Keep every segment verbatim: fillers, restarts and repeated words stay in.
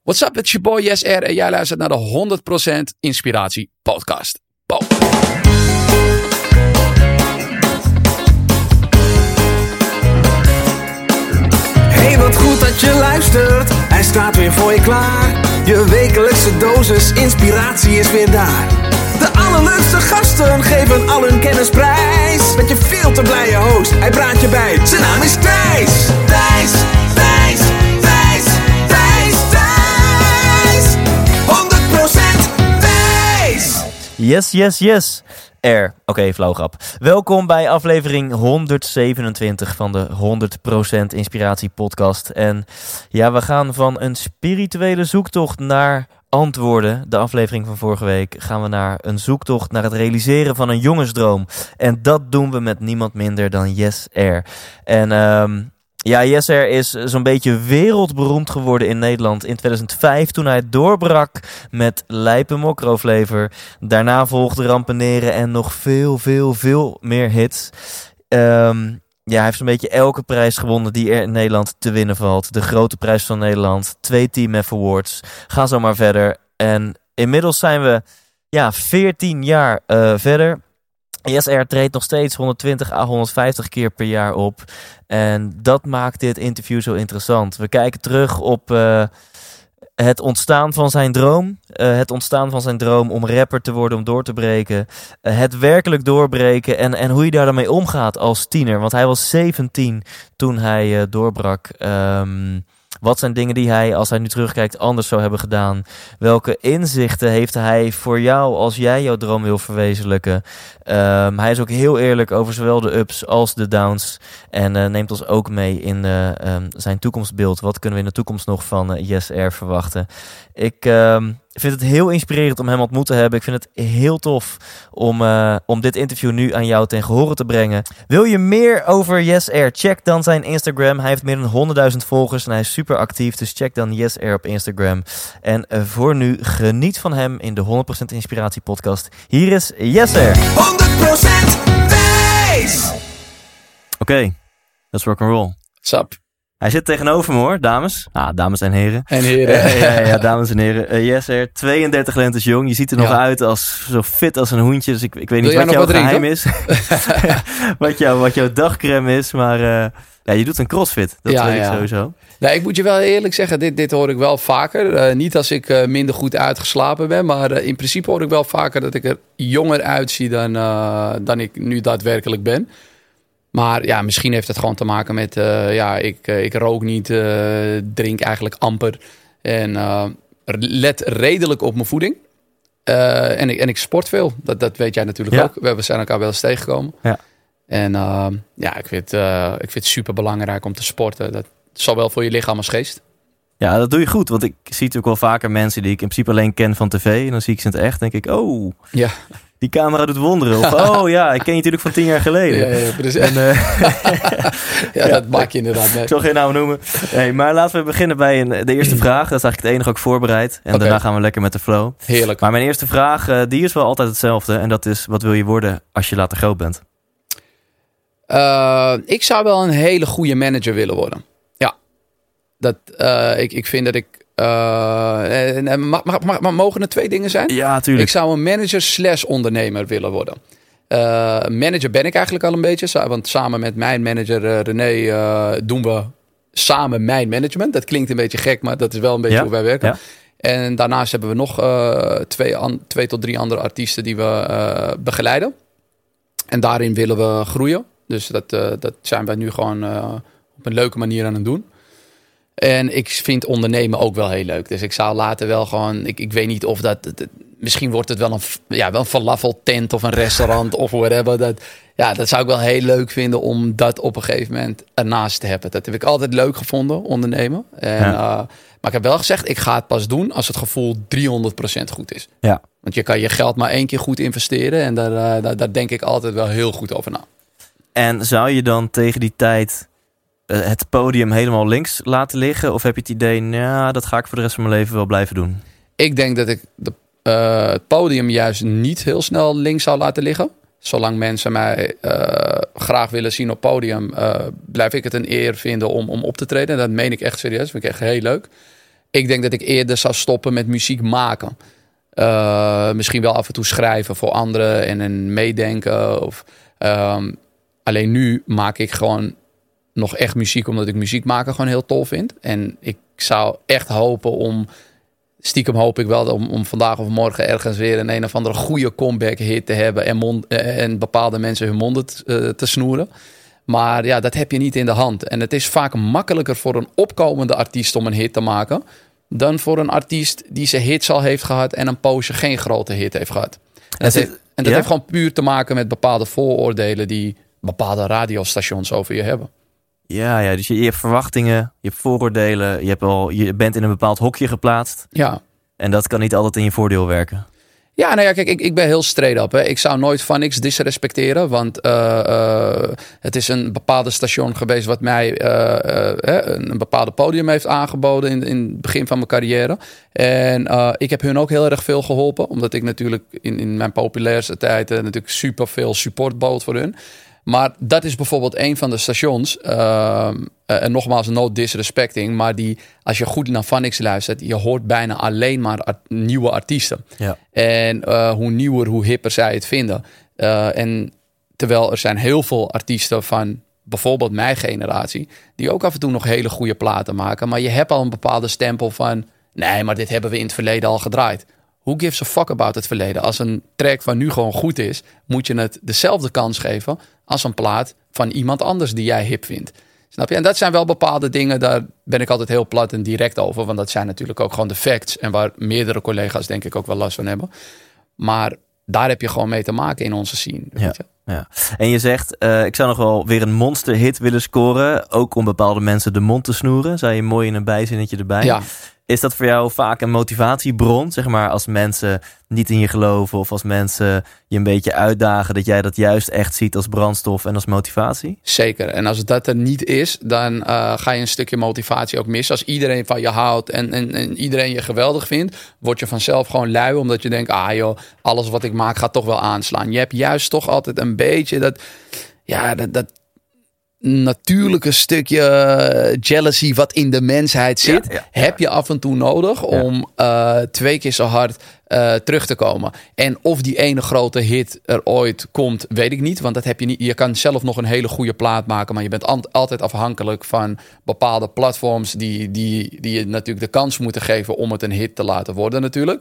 What's up, het is je boy Yes R en jij luistert naar de honderd procent Inspiratie Podcast. Bo. Hey, wat goed dat je luistert. Hij staat weer voor je klaar. Je wekelijkse dosis inspiratie is weer daar. De allerleukste gasten geven al hun kennis prijs. Met je veel te blije host, hij praat je bij. Zijn naam is Thijs. Thijs, Thijs, Thijs, Thijs, Thijs. honderd procent Thijs. Yes, yes, yes. R. Oké, okay, flauw grap. Welkom bij aflevering honderdzevenentwintig van de honderd procent Inspiratie Podcast. En ja, we gaan van een spirituele zoektocht naar antwoorden. De aflevering van vorige week gaan we naar een zoektocht naar het realiseren van een jongensdroom. En dat doen we met niemand minder dan Yes R. En um, ja, Yes R is zo'n beetje wereldberoemd geworden in Nederland in tweeduizend vijf toen hij doorbrak met Lijpe Mokrooflever. Daarna volgde Rampeneren en nog veel, veel, veel meer hits. Um, ja, hij heeft een beetje elke prijs gewonnen die er in Nederland te winnen valt. De Grote Prijs van Nederland, twee Team F Awards. Ga zo maar verder. En inmiddels zijn we ja, veertien jaar uh, verder. Yes R treedt nog steeds honderdtwintig à honderdvijftig keer per jaar op. En dat maakt dit interview zo interessant. We kijken terug op uh, het ontstaan van zijn droom. Uh, het ontstaan van zijn droom om rapper te worden, om door te breken. Uh, het werkelijk doorbreken en, en hoe je daar dan mee omgaat als tiener. Want hij was zeventien toen hij uh, doorbrak. Um, Wat zijn dingen die hij, als hij nu terugkijkt, anders zou hebben gedaan? Welke inzichten heeft hij voor jou als jij jouw droom wil verwezenlijken? Um, hij is ook heel eerlijk over zowel de ups als de downs. En uh, neemt ons ook mee in uh, um, zijn toekomstbeeld. Wat kunnen we in de toekomst nog van uh, Yes R verwachten? Ik um, vind het heel inspirerend om hem ontmoet te hebben. Ik vind het heel tof om, uh, om dit interview nu aan jou ten gehore te brengen. Wil je meer over Yes R? Check dan zijn Instagram. Hij heeft meer dan honderdduizend volgers en hij is super actief. Dus check dan Yes R op Instagram. En uh, voor nu, geniet van hem in de honderd procent Inspiratie Podcast. Hier is Yes R. honderd procent Thijs. Oké, okay, let's rock and roll. What's up? Hij zit tegenover me hoor, dames. Ah, dames en heren. En heren. Uh, ja, ja, dames en heren. Uh, Yes R, tweeëndertig lentes jong. Je ziet er nog ja. uit als zo fit als een hoentje. Dus ik, ik weet niet Wil wat jouw wat geheim drinken? is. wat, jou, wat jouw dagcreme is. Maar uh, ja, je doet een crossfit. Dat ja, weet ja. ik sowieso. Nou, ik moet je wel eerlijk zeggen, dit, dit hoor ik wel vaker. Uh, niet als ik uh, minder goed uitgeslapen ben. Maar uh, in principe hoor ik wel vaker dat ik er jonger uitzie dan, uh, dan ik nu daadwerkelijk ben. Maar ja, misschien heeft het gewoon te maken met... Uh, ja, ik, uh, ik rook niet, uh, drink eigenlijk amper. En uh, let redelijk op mijn voeding. Uh, en, ik, en ik sport veel. Dat, dat weet jij natuurlijk ja. ook. We zijn elkaar wel eens tegengekomen. Ja. En uh, ja, ik vind, uh, ik vind het super belangrijk om te sporten. Dat, zowel voor je lichaam als geest. Ja, dat doe je goed. Want ik zie natuurlijk wel vaker mensen die ik in principe alleen ken van tv. En dan zie ik ze in het echt. Denk ik, oh... Ja. Die camera doet wonderen. Of, oh ja, ik ken je natuurlijk van tien jaar geleden. Ja, ja, precies. En, uh, ja, dat maak je inderdaad mee. Ik zal geen naam noemen. Hey, maar laten we beginnen bij een, de eerste vraag. Dat is eigenlijk het enige ook voorbereid. En okay. daarna gaan we lekker met de flow. Heerlijk. Maar mijn eerste vraag, uh, die is wel altijd hetzelfde. En dat is, wat wil je worden als je later groot bent? Uh, ik zou wel een hele goede manager willen worden. Ja. Dat, uh, ik, ik vind dat ik... Uh, en, en, mag, mag, mag, mogen er twee dingen zijn? Ja, tuurlijk. Ik zou een manager slash ondernemer willen worden. Uh, manager ben ik eigenlijk al een beetje. Want samen met mijn manager uh, René uh, doen we samen mijn management. Dat klinkt een beetje gek, maar dat is wel een beetje ja, hoe wij werken. Ja. En daarnaast hebben we nog uh, twee, an, twee tot drie andere artiesten die we uh, begeleiden. En daarin willen we groeien. Dus dat, uh, dat zijn wij nu gewoon uh, op een leuke manier aan het doen. En ik vind ondernemen ook wel heel leuk. Dus ik zou later wel gewoon... Ik, ik weet niet of dat... dat misschien wordt het wel een, ja, wel een falafeltent of een restaurant of whatever. Dat, ja, dat zou ik wel heel leuk vinden om dat op een gegeven moment ernaast te hebben. Dat heb ik altijd leuk gevonden, ondernemen. En, ja. uh, maar ik heb wel gezegd, ik ga het pas doen als het gevoel driehonderd procent goed is. Ja. Want je kan je geld maar één keer goed investeren. En daar, uh, daar, daar denk ik altijd wel heel goed over na. En zou je dan tegen die tijd... het podium helemaal links laten liggen? Of heb je het idee, nou, dat ga ik voor de rest van mijn leven wel blijven doen? Ik denk dat ik de, uh, het podium juist niet heel snel links zou laten liggen. Zolang mensen mij uh, graag willen zien op podium, uh, blijf ik het een eer vinden om, om op te treden. Dat meen ik echt serieus. Dat vind ik echt heel leuk. ik denk dat ik eerder zou stoppen met muziek maken. Uh, misschien wel af en toe schrijven voor anderen en een meedenken. Of, um, alleen nu maak ik gewoon nog echt muziek, omdat ik muziek maken gewoon heel tof vind. En ik zou echt hopen om, stiekem hoop ik wel om, om vandaag of morgen ergens weer een een of andere goede comeback hit te hebben en, mond, en bepaalde mensen hun monden t, uh, te snoeren. Maar ja, dat heb je niet in de hand. En het is vaak makkelijker voor een opkomende artiest om een hit te maken dan voor een artiest die zijn hits al heeft gehad en een poosje geen grote hit heeft gehad. En dat, heeft, en dat ja? heeft gewoon puur te maken met bepaalde vooroordelen die bepaalde radiostations over je hebben. Ja, ja, dus je, je hebt verwachtingen, je hebt vooroordelen, je, hebt al, je bent in een bepaald hokje geplaatst. Ja. En dat kan niet altijd in je voordeel werken. Ja, nou ja, kijk, ik, ik ben heel straight up. Hè. Ik zou nooit Phonix disrespecteren, want uh, uh, het is een bepaalde station geweest wat mij uh, uh, een bepaalde podium heeft aangeboden in, in het begin van mijn carrière. En uh, ik heb hun ook heel erg veel geholpen, omdat ik natuurlijk in, in mijn populairste tijd uh, natuurlijk super veel support bood voor hun. Maar dat is bijvoorbeeld een van de stations. Uh, uh, en nogmaals, no disrespecting. Maar die, als je goed naar Phonix luistert, je hoort bijna alleen maar art- nieuwe artiesten. Ja. En uh, hoe nieuwer, hoe hipper zij het vinden. Uh, en terwijl er zijn heel veel artiesten van bijvoorbeeld mijn generatie, die ook af en toe nog hele goede platen maken. Maar je hebt al een bepaalde stempel van, nee, maar dit hebben we in het verleden al gedraaid. Who gives a fuck about het verleden? Als een track van nu gewoon goed is, moet je het dezelfde kans geven als een plaat van iemand anders die jij hip vindt. Snap je? En dat zijn wel bepaalde dingen, daar ben ik altijd heel plat en direct over. Want dat zijn natuurlijk ook gewoon de facts. En waar meerdere collega's denk ik ook wel last van hebben. Maar daar heb je gewoon mee te maken in onze scene. Ja, weet je? Ja. En je zegt, uh, ik zou nog wel weer een monsterhit willen scoren. Ook om bepaalde mensen de mond te snoeren. Zei je mooi in een bijzinnetje erbij. Ja. Is dat voor jou vaak een motivatiebron? Zeg maar als mensen niet in je geloven of als mensen je een beetje uitdagen, dat jij dat juist echt ziet als brandstof en als motivatie? Zeker. En als dat er niet is, dan uh, ga je een stukje motivatie ook missen. Als iedereen van je houdt en, en, en iedereen je geweldig vindt, word je vanzelf gewoon lui, omdat je denkt, ah joh, alles wat ik maak gaat toch wel aanslaan. Je hebt juist toch altijd een beetje dat, ja, dat, dat natuurlijke stukje jealousy wat in de mensheid zit, ja, ja, ja. heb je af en toe nodig om uh, twee keer zo hard uh, terug te komen. En of die ene grote hit er ooit komt, weet ik niet. Want dat heb je niet. Je kan zelf nog een hele goede plaat maken, maar je bent an- altijd afhankelijk van bepaalde platforms die, die, die je natuurlijk de kans moeten geven om het een hit te laten worden natuurlijk.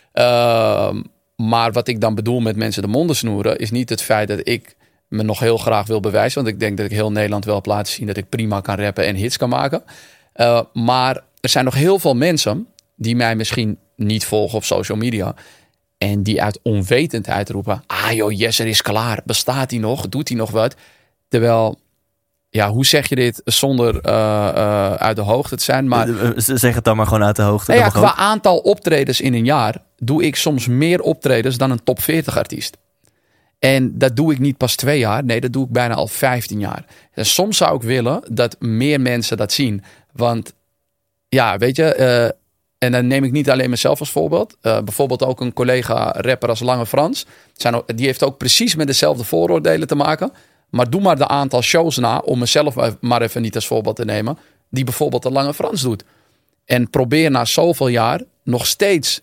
Uh, maar wat ik dan bedoel met mensen de monden snoeren, is niet het feit dat ik me nog heel graag wil bewijzen. Want ik denk dat ik heel Nederland wel heb laten zien dat ik prima kan rappen en hits kan maken. Uh, maar er zijn nog heel veel mensen die mij misschien niet volgen op social media en die uit onwetendheid roepen, ah joh, Jesser is klaar. Bestaat hij nog? Doet hij nog wat? Terwijl, ja, hoe zeg je dit zonder uh, uh, uit de hoogte te zijn? Maar zeg het dan maar gewoon uit de hoogte. Nou ja, qua aantal optredens in een jaar doe ik soms meer optredens dan een top veertig artiest. En dat doe ik niet pas twee jaar. Nee, dat doe ik bijna al vijftien jaar. En soms zou ik willen dat meer mensen dat zien. Want ja, weet je, uh, en dan neem ik niet alleen mezelf als voorbeeld. Uh, bijvoorbeeld ook een collega rapper als Lange Frans. Zijn ook, die heeft ook precies met dezelfde vooroordelen te maken. Maar doe maar de aantal shows na, om mezelf maar even niet als voorbeeld te nemen, die bijvoorbeeld de Lange Frans doet. En probeer na zoveel jaar nog steeds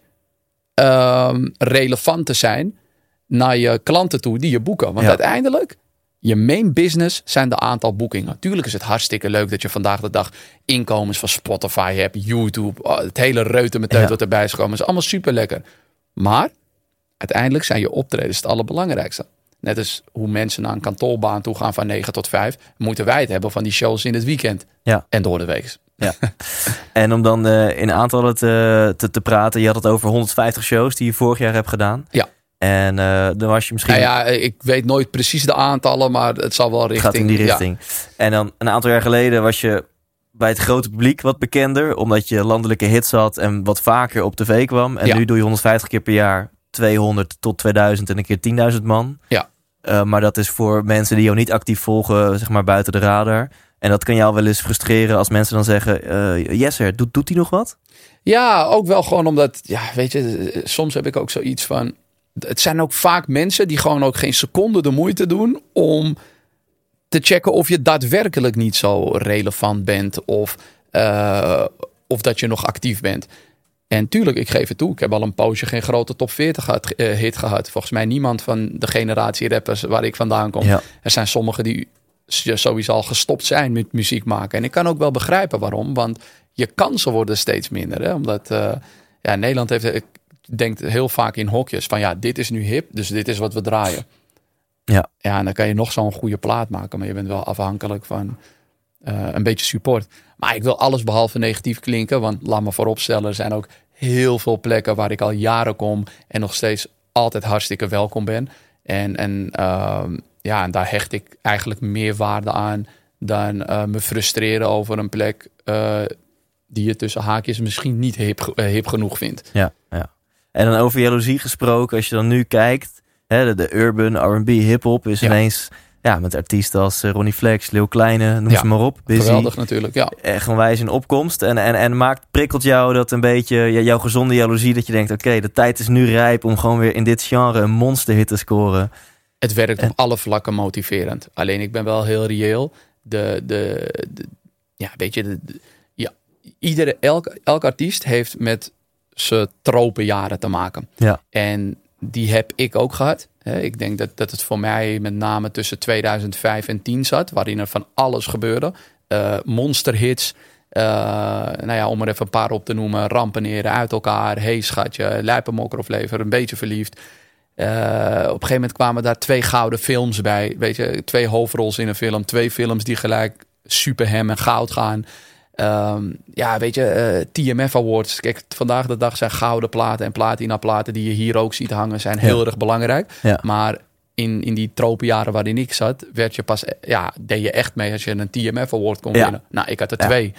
uh, relevant te zijn naar je klanten toe die je boeken. Want ja. uiteindelijk, je main business zijn de aantal boekingen. Tuurlijk is het hartstikke leuk dat je vandaag de dag inkomens van Spotify hebt, YouTube, het hele reutemeteut ja. wat erbij is gekomen. is allemaal super lekker. Maar uiteindelijk zijn je optredens het allerbelangrijkste. Net als hoe mensen naar een kantoorbaan toe gaan van negen tot vijf, moeten wij het hebben van die shows in het weekend ja. en door de week. Ja. En om dan uh, in aantallen te, te, te praten, je had het over honderdvijftig shows die je vorig jaar hebt gedaan. Ja. En uh, dan was je misschien... Nou ja, ik weet nooit precies de aantallen, maar het zal wel richting... Gaat in die richting. Ja. En dan een aantal jaar geleden was je bij het grote publiek wat bekender, omdat je landelijke hits had en wat vaker op tv kwam. En ja. nu doe je honderdvijftig keer per jaar, tweehonderd tot tweeduizend en een keer tienduizend man. Ja. Uh, maar dat is voor mensen die jou niet actief volgen, zeg maar buiten de radar. En dat kan jou wel eens frustreren als mensen dan zeggen, uh, Jesser, doet, doet hij nog wat? Ja, ook wel gewoon omdat, ja, weet je, soms heb ik ook zoiets van, het zijn ook vaak mensen die gewoon ook geen seconde de moeite doen om te checken of je daadwerkelijk niet zo relevant bent. Of, uh, of dat je nog actief bent. En tuurlijk, ik geef het toe. Ik heb al een poosje geen grote top veertig gehad, uh, hit gehad. Volgens mij niemand van de generatie rappers waar ik vandaan kom. Ja. Er zijn sommigen die sowieso al gestopt zijn met muziek maken. En ik kan ook wel begrijpen waarom. Want je kansen worden steeds minder. Hè? Omdat uh, ja, Nederland heeft, ik denk heel vaak in hokjes. Van ja, dit is nu hip, dus dit is wat we draaien. Ja. Ja, en dan kan je nog zo'n goede plaat maken. Maar je bent wel afhankelijk van uh, een beetje support. Maar ik wil alles behalve negatief klinken. Want laat me vooropstellen, er zijn ook heel veel plekken waar ik al jaren kom. En nog steeds altijd hartstikke welkom ben. En, en, uh, ja, en daar hecht ik eigenlijk meer waarde aan dan uh, me frustreren over een plek uh, die je tussen haakjes misschien niet hip, uh, hip genoeg vindt. Ja, ja. En dan over jaloezie gesproken, als je dan nu kijkt, hè, de, de urban R en B hip-hop is ja. ineens ja, met artiesten als Ronnie Flex, Lil Kleine, noem ja, ze maar op. Busy, geweldig natuurlijk, ja. Echt onwijs in opkomst. En, en, en maakt, prikkelt jou dat een beetje, ja, jouw gezonde jaloezie, dat je denkt, oké, okay, de tijd is nu rijp om gewoon weer in dit genre een monsterhit te scoren. Het werkt en... op alle vlakken motiverend. Alleen ik ben wel heel reëel. De, de, de, ja, weet je, de, de, ja, iedere, elk, elk artiest heeft met zijn tropenjaren te maken. Ja. En die heb ik ook gehad. Ik denk dat, dat het voor mij met name tussen tweeduizend vijf en tien zat, waarin er van alles gebeurde. Uh, monsterhits, uh, nou ja, om er even een paar op te noemen. Rampeneren, Uit elkaar, Hey schatje, Lijpenmokker of Lever, Een beetje verliefd. Uh, op een gegeven moment kwamen daar twee gouden films bij. Weet je, twee hoofdrols in een film. Twee films die gelijk super hem en goud gaan. Um, ja, weet je, uh, T M F Awards. Kijk, vandaag de dag zijn gouden platen en platina platen die je hier ook ziet hangen, zijn heel ja. erg belangrijk. Ja. Maar in, in die tropenjaren waarin ik zat, werd je pas, ja, deed je echt mee als je een T M F Award kon ja. winnen. Nou, ik had er ja. twee.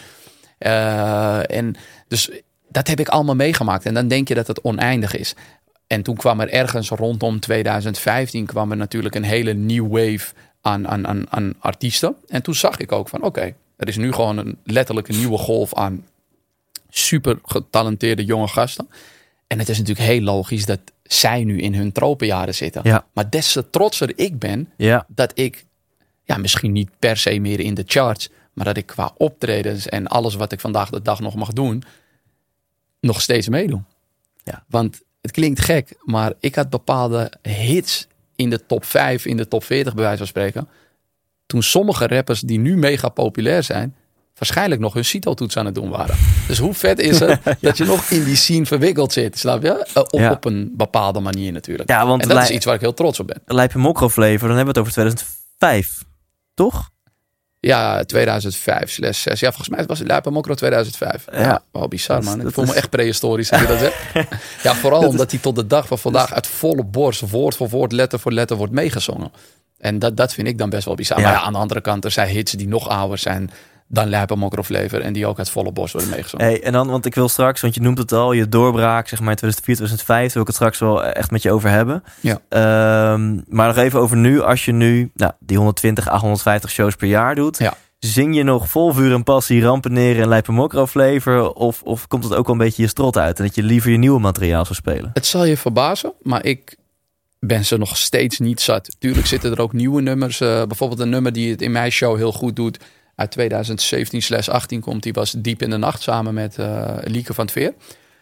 Uh, en dus dat heb ik allemaal meegemaakt. En dan denk je dat het oneindig is. En toen kwam er ergens rondom tweeduizend vijftien kwam er natuurlijk een hele new wave aan, aan, aan, aan artiesten. En toen zag ik ook van, oké, okay, er is nu gewoon een letterlijke nieuwe golf aan super getalenteerde jonge gasten. En het is natuurlijk heel logisch dat zij nu in hun tropenjaren zitten. Ja. Maar des te trotser ik ben ja. dat ik, ja, misschien niet per se meer in de charts, maar dat ik qua optredens en alles wat ik vandaag de dag nog mag doen, nog steeds meedoe. Ja. Want het klinkt gek, maar ik had bepaalde hits in de top vijf, in de top veertig bij wijze van spreken. Toen sommige rappers die nu mega populair zijn, waarschijnlijk nog hun CITO-toets aan het doen waren. Dus hoe vet is het ja. dat je nog in die scene verwikkeld zit, snap je? Uh, op, ja. op een bepaalde manier natuurlijk. Ja, want en dat Lij- is iets waar ik heel trots op ben. Lijpenmokker Flavor, dan hebben we het over tweeduizend vijf, toch? Ja, tweeduizend vijf slash zes. Ja, volgens mij was het Lijpenmokker tweeduizend vijf. Ja, ja. Oh, bizar, man. Ik voel is... me echt prehistorisch als je dat zegt. Ja, vooral dat omdat is... hij tot de dag van vandaag is... uit volle borst, woord voor woord, letter voor letter wordt meegezongen. En dat, dat vind ik dan best wel bizar. Ja. Maar ja, aan de andere kant, er zijn hits die nog ouder zijn dan Lijpenmokker of Flavor en die ook uit volle borst worden meegezongen. Hey, en dan, want ik wil straks, want je noemt het al, je doorbraak, zeg maar in tweeduizend vier, tweeduizend vijf, wil ik het straks wel echt met je over hebben. Ja. Um, maar nog even over nu, als je nu nou, die honderdtwintig à honderdvijftig shows per jaar doet, ja. zing je nog vol vuur en passie Rampeneren en Lijpenmokker of Flavor, of, of komt het ook wel een beetje je strot uit en dat je liever je nieuwe materiaal zou spelen? Het zal je verbazen, maar ik ben ze nog steeds niet zat. Tuurlijk zitten er ook nieuwe nummers. Uh, bijvoorbeeld een nummer die het in mijn show heel goed doet. Uit tweeduizend zeventien slash achttien komt. Die was Diep in de Nacht samen met uh, Lieke van het Veer.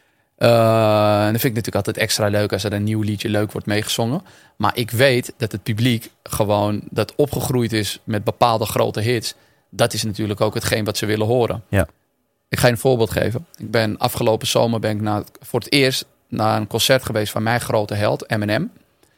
Uh, en dat vind ik natuurlijk altijd extra leuk als er een nieuw liedje leuk wordt meegezongen. Maar ik weet dat het publiek gewoon dat opgegroeid is met bepaalde grote hits. Dat is natuurlijk ook hetgeen wat ze willen horen. Ja. Ik ga je een voorbeeld geven. Ik ben afgelopen zomer ben ik na, voor het eerst naar een concert geweest van mijn grote held, Eminem.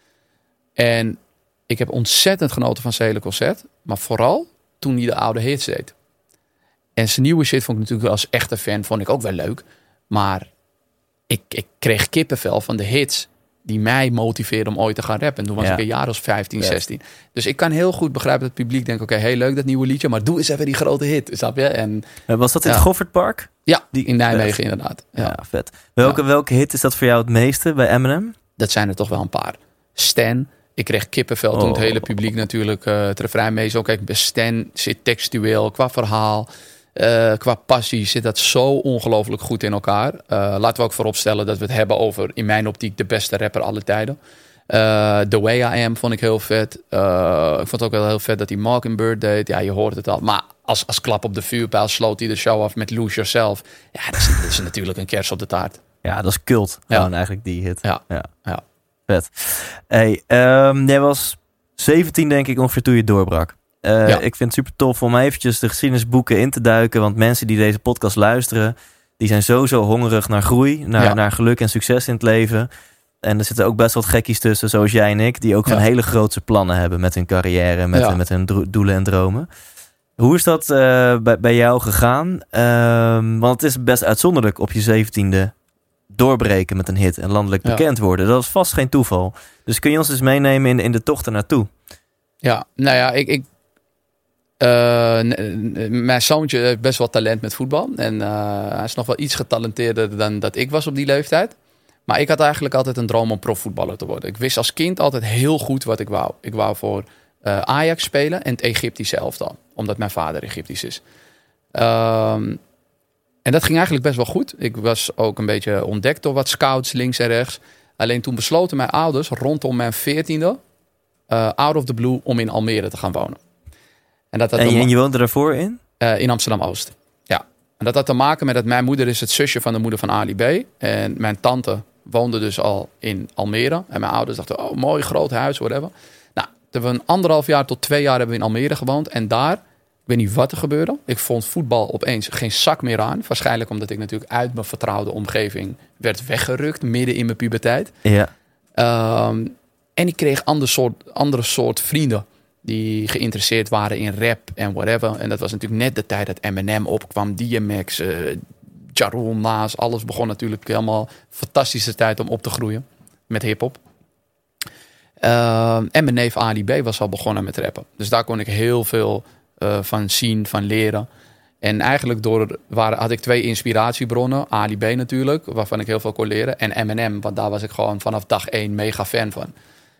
En ik heb ontzettend genoten van zijn hele concert. Maar vooral toen hij de oude hits deed. En zijn nieuwe shit vond ik natuurlijk als echte fan vond ik ook wel leuk. Maar ik, ik kreeg kippenvel van de hits die mij motiveerden om ooit te gaan rappen. En toen was ja. ik een jaar als vijftien, zestien. Dus ik kan heel goed begrijpen dat het publiek denkt, oké, okay, heel leuk dat nieuwe liedje, maar doe eens even die grote hit, snap je? En was dat in ja. het Goffertpark? Ja, die, in Nijmegen vet. Inderdaad. Ja, ja vet. Welke, ja. welke hit is dat voor jou het meeste bij Eminem? Dat zijn er toch wel een paar. Stan. Ik kreeg kippenvel toen oh. het hele publiek natuurlijk uh, het refrein mee zo. Kijk, bij Stan zit textueel, qua verhaal, uh, qua passie zit dat zo ongelooflijk goed in elkaar. Uh, laten we ook vooropstellen dat we het hebben over, in mijn optiek, de beste rapper alle tijden. Uh, The Way I Am vond ik heel vet. Uh, ik vond het ook wel heel vet dat hij Mockingbird deed. Ja, je hoort het al. Maar als, als klap op de vuurpijl sloot hij de show af met Lose Yourself. Ja, dat is, dat is natuurlijk een kers op de taart. Ja, dat is cult. Ja. Gewoon eigenlijk die hit. Ja. ja. ja. Vet. Hey, um, jij was zeventien denk ik ongeveer toen je doorbrak. Uh, Ja. Ik vind het super tof om eventjes de geschiedenisboeken in te duiken. Want mensen die deze podcast luisteren, die zijn sowieso hongerig naar groei, naar, Ja. naar geluk en succes in het leven. En er zitten ook best wat gekkies tussen, zoals jij en ik, die ook van Ja. hele grootse plannen hebben met hun carrière, met, Ja. met hun dro- doelen en dromen. Hoe is dat uh, bij, bij jou gegaan? Um, want het is best uitzonderlijk op je zeventiende doorbreken met een hit en landelijk Ja. bekend worden. Dat is vast geen toeval. Dus kun je ons eens meenemen in, in de tocht ernaartoe? Ja, nou ja, ik... ik uh, n- n- mijn zoontje heeft best wel talent met voetbal. En uh, hij is nog wel iets getalenteerder dan dat ik was op die leeftijd. Maar ik had eigenlijk altijd een droom om profvoetballer te worden. Ik wist als kind altijd heel goed wat ik wou. Ik wou voor uh, Ajax spelen en het Egyptische elftal. Omdat mijn vader Egyptisch is. Um, en dat ging eigenlijk best wel goed. Ik was ook een beetje ontdekt door wat scouts links en rechts. Alleen toen besloten mijn ouders rondom mijn veertiende... Uh, out of the blue om in Almere te gaan wonen. En, dat had En, te je, ma- en je woonde daarvoor in? uh, in Amsterdam-Oost. Ja. En dat had te maken met dat mijn moeder is het zusje van de moeder van Ali B. En mijn tante woonde dus al in Almere. En mijn ouders dachten, oh, mooi, groot huis, whatever. Nou, toen hebben we een anderhalf jaar tot twee jaar hebben we in Almere gewoond. En daar, ik weet niet wat er gebeurde. Ik vond voetbal opeens geen zak meer aan. Waarschijnlijk omdat ik natuurlijk uit mijn vertrouwde omgeving werd weggerukt. Midden in mijn puberteit. Ja. Um, en ik kreeg ander soort, andere soort vrienden die geïnteresseerd waren in rap en whatever. En dat was natuurlijk net de tijd dat Eminem opkwam, D M X, uh, Ja Rule, Nas. Alles begon natuurlijk helemaal fantastische tijd om op te groeien met hiphop. Uh, en mijn neef Ali B was al begonnen met rappen. Dus daar kon ik heel veel uh, van zien, van leren. En eigenlijk door, waar, had ik twee inspiratiebronnen. Ali B natuurlijk, waarvan ik heel veel kon leren. En Eminem, want daar was ik gewoon vanaf dag één mega fan van.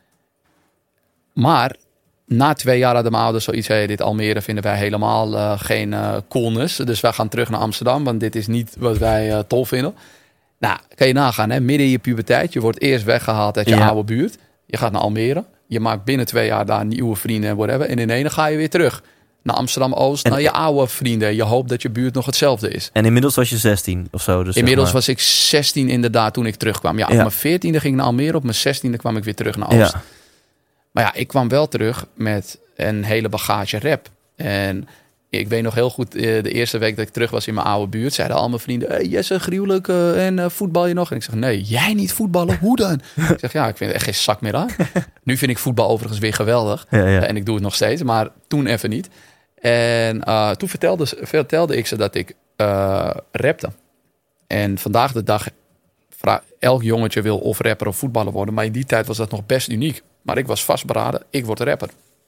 Maar na twee jaar hadden mijn ouders zoiets. Hey, dit Almere vinden wij helemaal uh, geen uh, coolness. Dus wij gaan terug naar Amsterdam, want dit is niet wat wij uh, tof vinden. Nou, kan je nagaan, hè? Midden in je puberteit. Je wordt eerst weggehaald uit je Ja. oude buurt. Je gaat naar Almere. Je maakt binnen twee jaar daar nieuwe vrienden en whatever. En in ene ga je weer terug naar Amsterdam-Oost, En- naar je oude vrienden. Je hoopt dat je buurt nog hetzelfde is. En inmiddels was je zestien of zo. Dus Inmiddels zeg maar. was ik zestien inderdaad toen ik terugkwam. Ja, op Ja. mijn veertiende ging ik naar Almere. Op mijn zestiende kwam ik weer terug naar Oost. Ja. Maar ja, ik kwam wel terug met een hele bagage rap. En ik weet nog heel goed, eh, de eerste week dat ik terug was in mijn oude buurt, zeiden al mijn vrienden, hey Jesse, gruwelijk, uh, en uh, voetbal je nog? En ik zeg, nee, jij niet voetballen? Hoe dan? Ik zeg, ja, ik vind er echt geen zak meer aan. Nu vind ik voetbal overigens weer geweldig. Ja, ja. En ik doe het nog steeds, maar toen even niet. En uh, toen vertelde, vertelde ik ze dat ik uh, rapte. En vandaag de dag, vra- elk jongetje wil of rapper of voetballer worden. Maar in die tijd was dat nog best uniek. Maar ik was vastberaden, ik word rapper.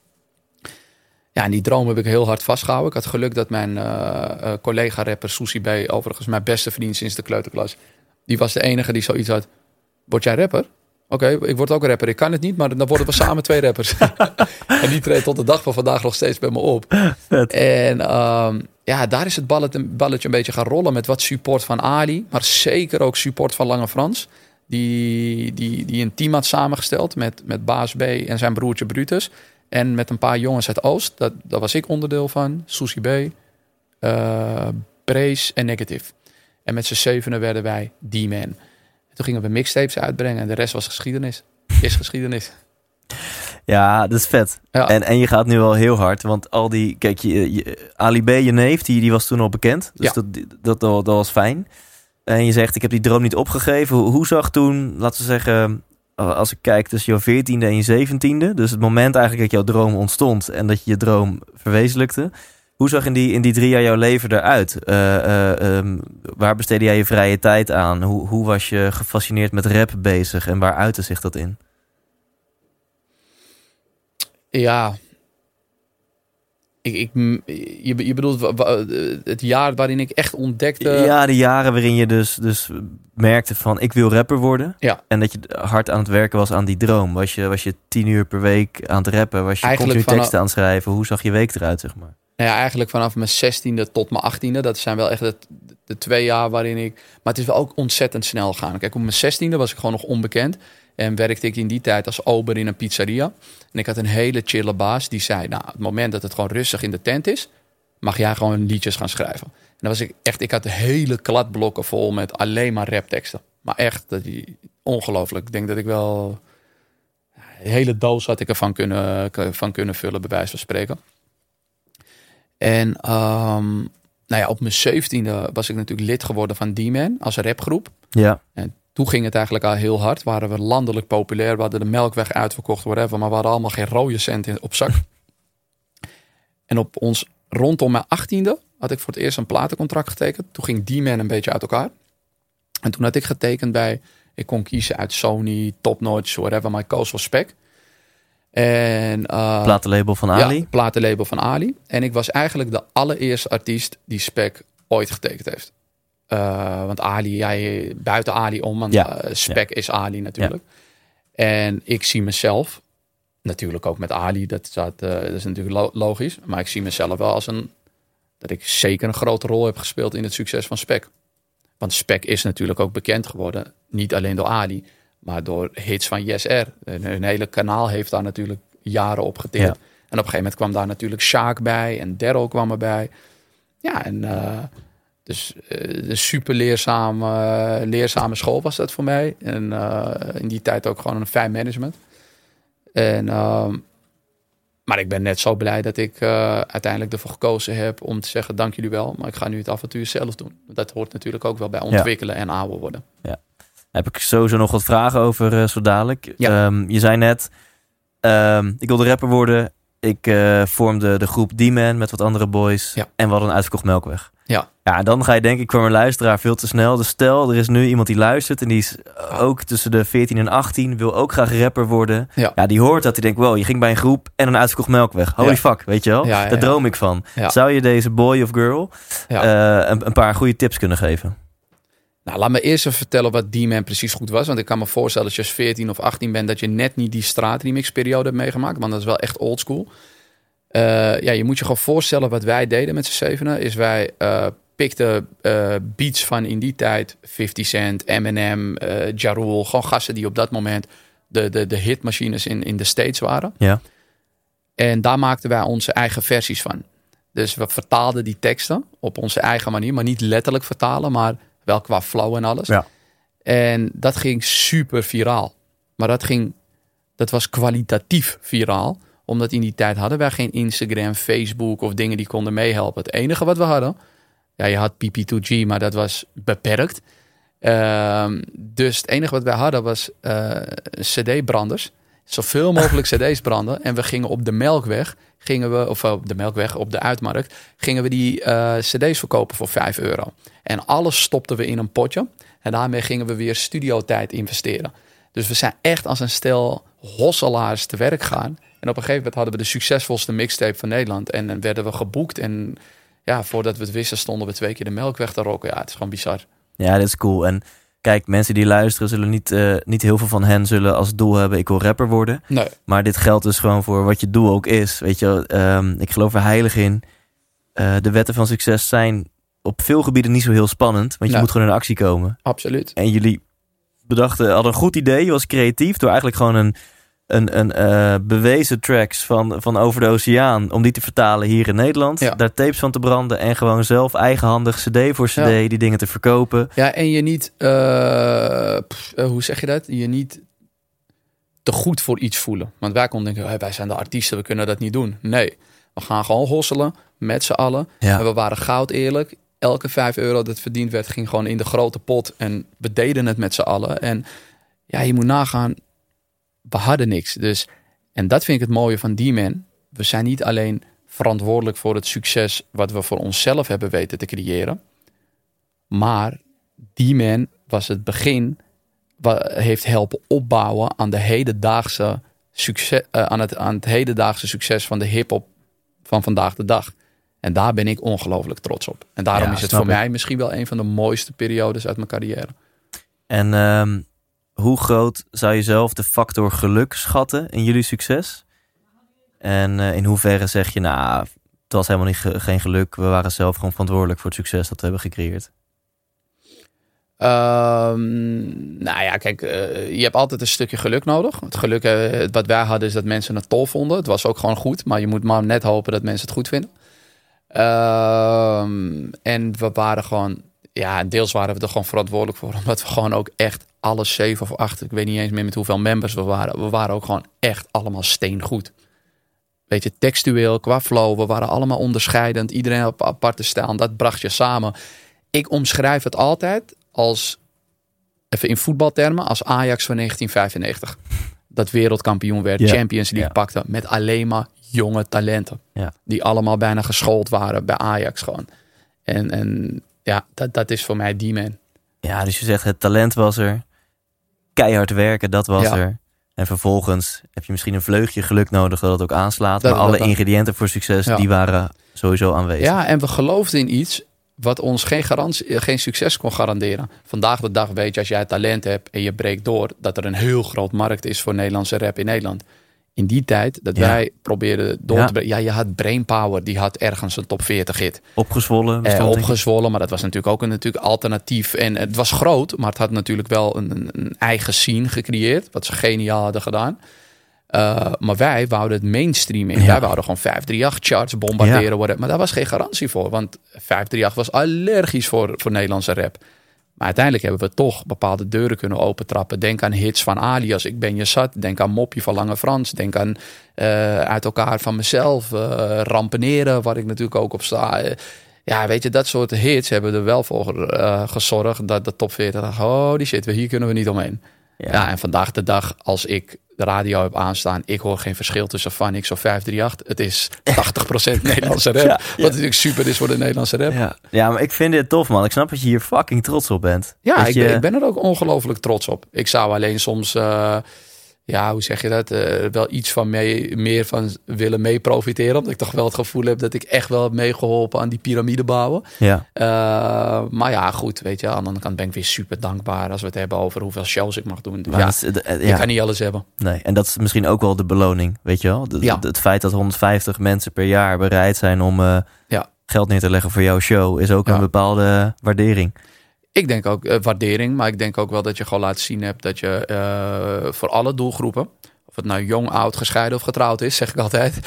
Ja, en die droom heb ik heel hard vastgehouden. Ik had geluk dat mijn uh, uh, collega-rapper Susie B, overigens mijn beste vriend sinds de kleuterklas, die was de enige die zoiets had. Word jij rapper? Oké, okay, ik word ook rapper. Ik kan het niet, maar dan worden we samen twee rappers. En die treedt tot de dag van vandaag nog steeds bij me op. Vet. En um, ja, daar is het balletje, balletje een beetje gaan rollen met wat support van Ali. Maar zeker ook support van Lange Frans. Die, die, die een team had samengesteld met, met Baas B en zijn broertje Brutus. En met een paar jongens uit Oost. Dat, daar was ik onderdeel van. Susie B, uh, Brace en Negative. En met z'n zevenen werden wij D-Man. Toen gingen we mixtapes uitbrengen en de rest was geschiedenis. Is geschiedenis. Ja, dat is vet. Ja. En, en je gaat nu wel heel hard, want al die... Kijk, je, je, Ali B, je neef, die, die was toen al bekend. Dus Ja. dat, dat, dat, dat was fijn. En je zegt, ik heb die droom niet opgegeven. Hoe, hoe zag toen, laten we zeggen... Als ik kijk tussen jouw veertiende en je zeventiende... dus het moment eigenlijk dat jouw droom ontstond... en dat je je droom verwezenlijkte... Hoe zag in die, in die drie jaar jouw leven eruit? Uh, uh, um, waar besteedde jij je vrije tijd aan? Hoe, hoe was je gefascineerd met rap bezig? En waar uitte zich dat in? Ja. Ik, ik, je, je bedoelt het jaar waarin ik echt ontdekte... Ja, de jaren waarin je dus, dus merkte van... ik wil rapper worden. Ja. En dat je hard aan het werken was aan die droom. Was je, was je tien uur per week aan het rappen? Was je Eigenlijk continu teksten vanaf- aan het schrijven? Hoe zag je week eruit, zeg maar? Nou ja, eigenlijk vanaf mijn zestiende tot mijn achttiende. Dat zijn wel echt de, de twee jaar waarin ik... Maar het is wel ook ontzettend snel gaan. Kijk, op mijn zestiende was ik gewoon nog onbekend. En werkte ik in die tijd als ober in een pizzeria. En ik had een hele chille baas die zei... Nou, het moment dat het gewoon rustig in de tent is... mag jij gewoon liedjes gaan schrijven. En dan was ik echt, ik had hele kladblokken vol met alleen maar rapteksten. Maar echt, dat die, ongelooflijk. Ik denk dat ik wel een hele doos had ik ervan kunnen, van kunnen vullen, bij wijze van spreken. En um, nou ja, op mijn zeventiende was ik natuurlijk lid geworden van D-Man als rapgroep. Ja. En toen ging het eigenlijk al heel hard. Waren we landelijk populair. We hadden de Melkweg uitverkocht, whatever. Maar we hadden allemaal geen rode cent in, op zak. En op ons rondom mijn achttiende had ik voor het eerst een platencontract getekend. Toen ging D-Man een beetje uit elkaar. En toen had ik getekend bij... Ik kon kiezen uit Sony, Top Notch, whatever. Maar ik koos voor Spec. En, uh, platenlabel van Ali? Ja, platenlabel van Ali. En ik was eigenlijk de allereerste artiest die Spec ooit getekend heeft. Uh, want Ali, jij, buiten Ali om, want ja. uh, Spec ja. is Ali natuurlijk. Ja. En ik zie mezelf, natuurlijk ook met Ali, dat, dat, uh, dat is natuurlijk lo- logisch. Maar ik zie mezelf wel als een, dat ik zeker een grote rol heb gespeeld in het succes van Spec. Want Spec is natuurlijk ook bekend geworden, niet alleen door Ali, maar door hits van Yes R. Hun hele kanaal heeft daar natuurlijk jaren op geteerd. Ja. En op een gegeven moment kwam daar natuurlijk Sjaak bij en Daryl kwam erbij. Ja, en uh, dus uh, een super leerzame, uh, leerzame school was dat voor mij. En uh, in die tijd ook gewoon een fijn management. En, uh, maar ik ben net zo blij dat ik uh, uiteindelijk ervoor gekozen heb om te zeggen dank jullie wel. Maar ik ga nu het avontuur zelf doen. Dat hoort natuurlijk ook wel bij ontwikkelen ja. en ouder worden. Ja. Heb ik sowieso nog wat vragen over uh, zo dadelijk. Ja. Um, je zei net, um, ik wilde rapper worden. Ik uh, vormde de groep D-Man met wat andere boys. Ja. En we hadden een uitverkocht Melkweg. Ja. Ja, en dan ga je denk ik voor mijn luisteraar veel te snel. Dus stel, er is nu iemand die luistert en die is ook tussen de veertien en achttien, wil ook graag rapper worden. Ja, ja die hoort dat, die denkt, wow, je ging bij een groep en een uitverkocht Melkweg. Holy ja. fuck, weet je wel? Ja, ja, Daar droom ja. ik van. Ja. Zou je deze boy of girl ja. uh, een, een paar goede tips kunnen geven? Nou, laat me eerst even vertellen wat D-Man precies goed was. Want ik kan me voorstellen als je veertien of achttien bent, dat je net niet die straatremix-periode hebt meegemaakt. Want dat is wel echt oldschool. Uh, ja, je moet je gewoon voorstellen wat wij deden met z'n zevenen. Is wij uh, pikten uh, beats van in die tijd fifty Cent, Eminem, uh, Ja Rule. Gewoon gasten die op dat moment de, de, de hitmachines in, in de States waren. Ja. En daar maakten wij onze eigen versies van. Dus we vertaalden die teksten op onze eigen manier. Maar niet letterlijk vertalen, maar wel qua flow en alles. Ja. En dat ging super viraal. Maar dat, ging, dat was kwalitatief viraal. Omdat in die tijd hadden wij geen Instagram, Facebook of dingen die konden meehelpen. Het enige wat we hadden, ja, je had P P two G, maar dat was beperkt. Uh, dus het enige wat wij hadden was uh, C D-branders. Zoveel mogelijk C D's branden. En we gingen op de Melkweg, gingen we, of op de Melkweg, op de Uitmarkt, gingen we die uh, C D's verkopen voor vijf euro. En alles stopten we in een potje. En daarmee gingen we weer studiotijd investeren. Dus we zijn echt als een stel hosselaars te werk gaan. En op een gegeven moment hadden we de succesvolste mixtape van Nederland. En dan werden we geboekt. En ja, voordat we het wisten stonden we twee keer de Melkweg te rocken. Ja, het is gewoon bizar. Ja, dat is cool. En kijk, mensen die luisteren zullen niet, uh, niet heel veel van hen zullen als doel hebben, ik wil rapper worden. Nee. Maar dit geldt dus gewoon voor wat je doel ook is. Weet je, um, ik geloof er heilig in. Uh, de wetten van succes zijn op veel gebieden niet zo heel spannend. Want je nee. moet gewoon in actie komen. Absoluut. En jullie bedachten, hadden een goed idee. Je was creatief door eigenlijk gewoon een, een, een uh, bewezen tracks van, van over de oceaan, om die te vertalen hier in Nederland. Ja. Daar tapes van te branden en gewoon zelf eigenhandig cd voor cd ja. die dingen te verkopen. Ja, en je niet, uh, pff, uh, hoe zeg je dat? Je niet te goed voor iets voelen. Want wij konden denken, hey, wij zijn de artiesten, we kunnen dat niet doen. Nee, we gaan gewoon hosselen met z'n allen. Ja. En we waren goud eerlijk. Elke vijf euro dat verdiend werd, ging gewoon in de grote pot. En we deden het met z'n allen. En ja, je moet nagaan, we hadden niks. Dus, en dat vind ik het mooie van D-Man. We zijn niet alleen verantwoordelijk voor het succes wat we voor onszelf hebben weten te creëren. Maar D-Man was het begin, wat heeft helpen opbouwen aan de hedendaagse succes, uh, aan, het, aan het hedendaagse succes van de hip-hop van vandaag de dag. En daar ben ik ongelooflijk trots op. En daarom ja, is het voor ik. mij misschien wel een van de mooiste periodes uit mijn carrière. En um, hoe groot zou je zelf de factor geluk schatten in jullie succes? En uh, in hoeverre zeg je, nou, het was helemaal niet ge- geen geluk. We waren zelf gewoon verantwoordelijk voor het succes dat we hebben gecreëerd. Um, nou ja, kijk, uh, je hebt altijd een stukje geluk nodig. Het geluk uh, wat wij hadden is dat mensen het tof vonden. Het was ook gewoon goed, maar je moet maar net hopen dat mensen het goed vinden. Um, en we waren gewoon... Ja, deels waren we er gewoon verantwoordelijk voor. Omdat we gewoon ook echt alles zeven of acht... Ik weet niet eens meer met hoeveel members we waren. We waren ook gewoon echt allemaal steengoed. Weet je, textueel, qua flow. We waren allemaal onderscheidend. Iedereen op aparte stijl. En dat bracht je samen. Ik omschrijf het altijd als... Even in voetbaltermen. Als Ajax van negentien vijfennegentig. Dat wereldkampioen werd. Yeah. Champions League yeah. pakte. Met alleen maar jonge talenten. Yeah. Die allemaal bijna geschoold waren bij Ajax gewoon. En... en Ja, dat, dat is voor mij die man. Ja, dus je zegt het talent was er. Keihard werken, dat was ja. er. En vervolgens heb je misschien een vleugje geluk nodig dat het ook aanslaat. Dat, maar alle dat, ingrediënten voor succes, ja. die waren sowieso aanwezig. Ja, en we geloofden in iets wat ons geen, garantie, geen succes kon garanderen. Vandaag de dag weet je, als jij talent hebt en je breekt door... dat er een heel groot markt is voor Nederlandse rap in Nederland. In die tijd dat ja. wij probeerden door ja. te breken... Ja, je had Brainpower, die had ergens een top veertig hit. Opgezwollen. Eh, opgezwollen, maar dat was natuurlijk ook een natuurlijk alternatief. En het was groot, maar het had natuurlijk wel een, een eigen scene gecreëerd. Wat ze geniaal hadden gedaan. Uh, maar wij wouden het mainstream in. Ja. Wij wouden gewoon vijf drie acht charts bombarderen. Ja. Maar daar was geen garantie voor. Want vijf drie acht was allergisch voor, voor Nederlandse rap. Maar uiteindelijk hebben we toch bepaalde deuren kunnen opentrappen. Denk aan hits van Alias, Ik ben je zat. Denk aan Moppie van Lange Frans. Denk aan uh, Uit elkaar van mezelf. Uh, Rampeneren, waar ik natuurlijk ook op sta. Uh, ja, weet je, dat soort hits hebben er wel voor uh, gezorgd... dat de top veertig dacht, oh die shit, hier kunnen we niet omheen. Ja. ja, en vandaag de dag, als ik de radio heb aanstaan... ik hoor geen verschil tussen Vanix of vijf drie acht. Het is tachtig procent Nederlandse rap. Ja, ja. Wat natuurlijk super is voor de Nederlandse rap. Ja. ja, maar ik vind dit tof, man. Ik snap dat je hier fucking trots op bent. Ja, ik, je... ben, ik ben er ook ongelooflijk trots op. Ik zou alleen soms... Uh, ja, hoe zeg je dat? Uh, wel iets van mee, meer van willen mee profiteren. Omdat ik toch wel het gevoel heb dat ik echt wel heb meegeholpen aan die piramide bouwen. Ja. Uh, maar ja, goed, weet je. Aan de andere kant ben ik weer super dankbaar als we het hebben over hoeveel shows ik mag doen. Dus ja, is, uh, ja, je kan niet alles hebben. Nee, en dat is misschien ook wel de beloning, weet je wel? De, ja. Het feit dat honderdvijftig mensen per jaar bereid zijn om uh, ja. geld neer te leggen voor jouw show, is ook ja. een bepaalde waardering. Ik denk ook uh, waardering, maar ik denk ook wel dat je gewoon laat zien hebt dat je uh, voor alle doelgroepen, of het nou jong, oud, gescheiden of getrouwd is, zeg ik altijd,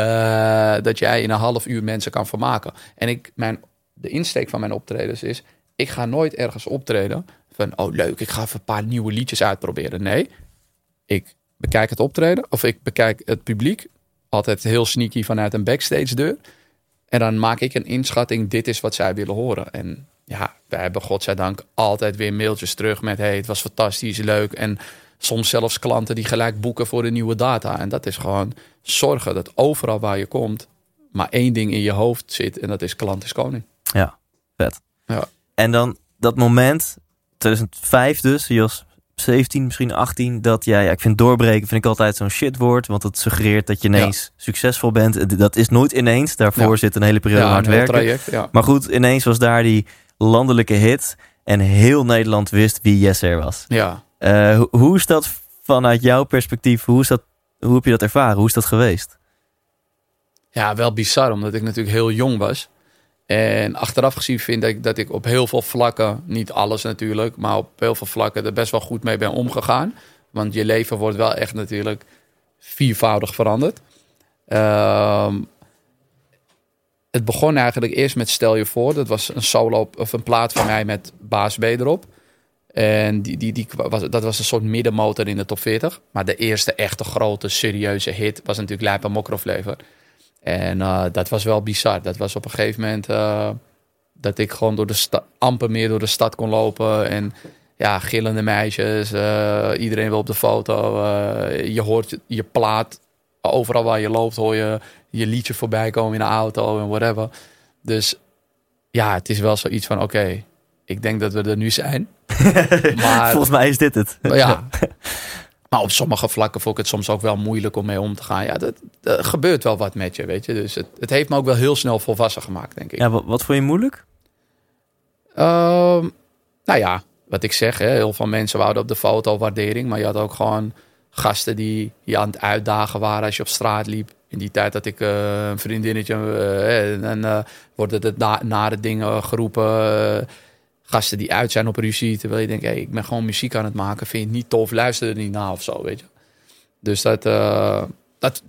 uh, dat jij in een half uur mensen kan vermaken. En ik, mijn, de insteek van mijn optredens is, ik ga nooit ergens optreden van, oh leuk, ik ga even een paar nieuwe liedjes uitproberen. Nee, ik bekijk het optreden, of ik bekijk het publiek, altijd heel sneaky vanuit een backstage deur. En dan maak ik een inschatting, dit is wat zij willen horen. En ja, wij hebben godzijdank altijd weer mailtjes terug met... hey, het was fantastisch, leuk. En soms zelfs klanten die gelijk boeken voor de nieuwe data. En dat is gewoon zorgen dat overal waar je komt... maar één ding in je hoofd zit en dat is klant is koning. Ja, vet. Ja. En dan dat moment, tweeduizend vijf dus, je was zeventien, misschien achttien... dat jij, ja, ik vind doorbreken vind ik altijd zo'n shitwoord... want het suggereert dat je ineens ja. succesvol bent. Dat is nooit ineens, daarvoor ja. zit een hele periode ja, hard werken. Traject, ja. Maar goed, ineens was daar die landelijke hit... en heel Nederland wist wie Yes-Er was. Ja. Uh, hoe, hoe is dat vanuit jouw perspectief, hoe, is dat, hoe heb je dat ervaren? Hoe is dat geweest? Ja, wel bizar, omdat ik natuurlijk heel jong was... En achteraf gezien vind ik dat ik op heel veel vlakken, niet alles natuurlijk, maar op heel veel vlakken er best wel goed mee ben omgegaan. Want je leven wordt wel echt natuurlijk viervoudig veranderd. Uh, het begon eigenlijk eerst met Stel je voor. Dat was een solo of een plaat van mij met Baas B erop. En die, die, die was, dat was een soort middenmotor in de top veertig. Maar de eerste echte grote, serieuze hit was natuurlijk Lijp en Mokroflever. En uh, dat was wel bizar. Dat was op een gegeven moment uh, dat ik gewoon door de sta- amper meer door de stad kon lopen. En ja, gillende meisjes. Uh, iedereen wil op de foto. Uh, je hoort je, je plaat. Overal waar je loopt hoor je je liedje voorbij komen in een auto en whatever. Dus ja, het is wel zoiets van oké, okay, ik denk dat we er nu zijn. Maar, volgens mij is dit het. Ja. Maar op sommige vlakken vond ik het soms ook wel moeilijk om mee om te gaan. Ja, dat, dat gebeurt wel wat met je, weet je. Dus het, het heeft me ook wel heel snel volwassen gemaakt, denk ik. Ja, wat, wat vond je moeilijk? Uh, nou ja, wat ik zeg, hè, heel veel mensen wouden op de foto waardering. Maar je had ook gewoon gasten die je aan het uitdagen waren als je op straat liep. In die tijd dat ik uh, een vriendinnetje... Uh, en uh, worden het na, nare dingen geroepen... Uh, gasten die uit zijn op ruzie, terwijl je denkt, hey, ik ben gewoon muziek aan het maken, vind je het niet tof, luister er niet naar of zo, weet je. Dus dat, uh, dat, dat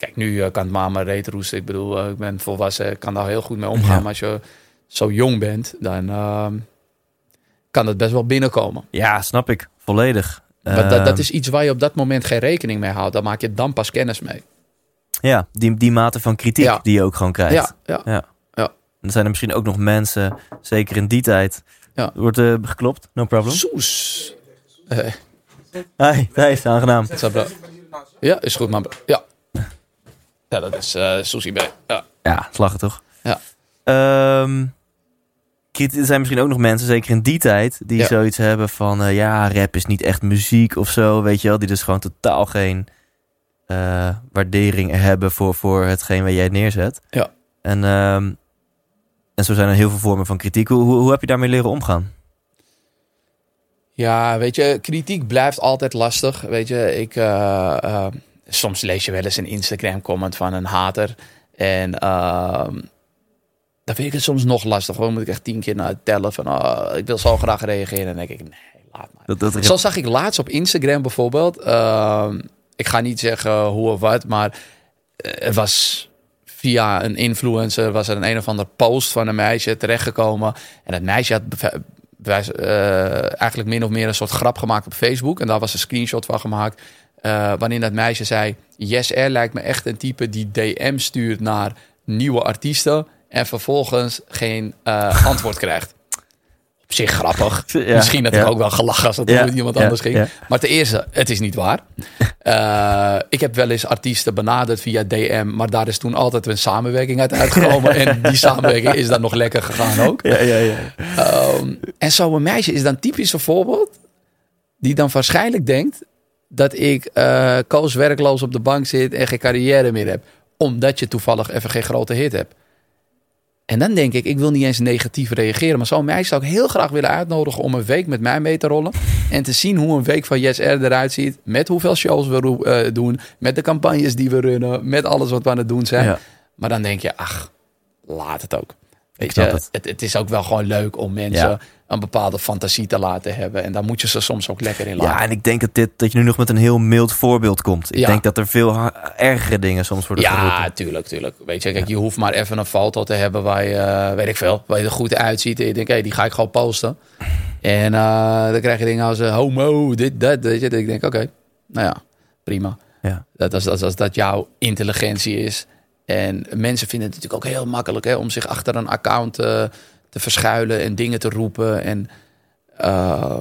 kijk, nu uh, kan het maar maar reet roesten. Ik bedoel, uh, ik ben volwassen, ik kan daar heel goed mee omgaan. Ja. Maar als je zo jong bent, dan uh, kan het best wel binnenkomen. Ja, snap ik. Volledig. Maar uh, dat, dat is iets waar je op dat moment geen rekening mee houdt. Daar maak je dan pas kennis mee. Ja, die, die mate van kritiek ja. die je ook gewoon krijgt. Ja, ja. ja. ja. En er zijn er misschien ook nog mensen, zeker in die tijd. Ja. Wordt uh, geklopt, no problem. Soes. Uh, Hey, Thijs, aangenaam. Ja, is goed, man. Ja. Ja, dat is uh, Susie B. Ja, ja slagen toch? Ja. Um, er zijn misschien ook nog mensen, zeker in die tijd, die ja. zoiets hebben van, uh, ja, rap is niet echt muziek of zo, weet je wel. Die dus gewoon totaal geen uh, waardering hebben voor, voor hetgeen wat jij neerzet. Ja. En, um, en zo zijn er heel veel vormen van kritiek. Hoe, hoe, hoe heb je daarmee leren omgaan? Ja, weet je, kritiek blijft altijd lastig. Weet je, ik, uh, uh, soms lees je wel eens een Instagram-comment van een hater. En uh, dan vind ik het soms nog lastig. Gewoon moet ik echt tien keer naar tellen van, oh, ik wil zo graag reageren. En dan denk ik, nee, laat maar. Dat, dat... Zo zag ik laatst op Instagram bijvoorbeeld. Uh, ik ga niet zeggen hoe of wat, maar het was via een influencer, was er een een of ander post van een meisje terechtgekomen. En dat meisje had Bev- Wij, uh, eigenlijk min of meer een soort grap gemaakt op Facebook. En daar was een screenshot van gemaakt. Uh, waarin dat meisje zei, Yes R lijkt me echt een type die D M stuurt naar nieuwe artiesten. En vervolgens geen uh, antwoord krijgt. Op zich grappig. Ja, Misschien had ik ja. ook wel gelachen als het ja, met iemand ja, anders ging. Ja. Maar ten eerste, het is niet waar. Uh, ik heb wel eens artiesten benaderd via D M. Maar daar is toen altijd een samenwerking uit uitgekomen. En die samenwerking is dan nog lekker gegaan ook. Ja, ja, ja. Um, en zo'n meisje is dan typisch een voorbeeld. Die dan waarschijnlijk denkt dat ik uh, koos werkloos op de bank zit en geen carrière meer heb. Omdat je toevallig even geen grote hit hebt. En dan denk ik, ik wil niet eens negatief reageren. Maar zo'n meisje zou ik heel graag willen uitnodigen om een week met mij mee te rollen. En te zien hoe een week van Yes R eruit ziet. Met hoeveel shows we uh, doen. Met de campagnes die we runnen. Met alles wat we aan het doen zijn. Ja. Maar dan denk je, ach, laat het ook. Weet je, het. Het, het is ook wel gewoon leuk om mensen ja. een bepaalde fantasie te laten hebben. En daar moet je ze soms ook lekker in laten. Ja, en ik denk dat, dit, dat je nu nog met een heel mild voorbeeld komt. Ik ja. denk dat er veel ha- ergere dingen soms worden ja, geroepen. Ja, tuurlijk, tuurlijk. Weet je, kijk, ja. je hoeft maar even een foto te hebben waar je, uh, weet ik veel, waar je er goed uitziet. En je denkt, hé, hey, die ga ik gewoon posten. En uh, dan krijg je dingen als uh, homo, dit, dat, weet je. Dan ik denk, oké, okay, nou ja, prima. Ja. Dat, als, als, als dat jouw intelligentie is. En mensen vinden het natuurlijk ook heel makkelijk hè, om zich achter een account uh, te verschuilen en dingen te roepen. En, uh,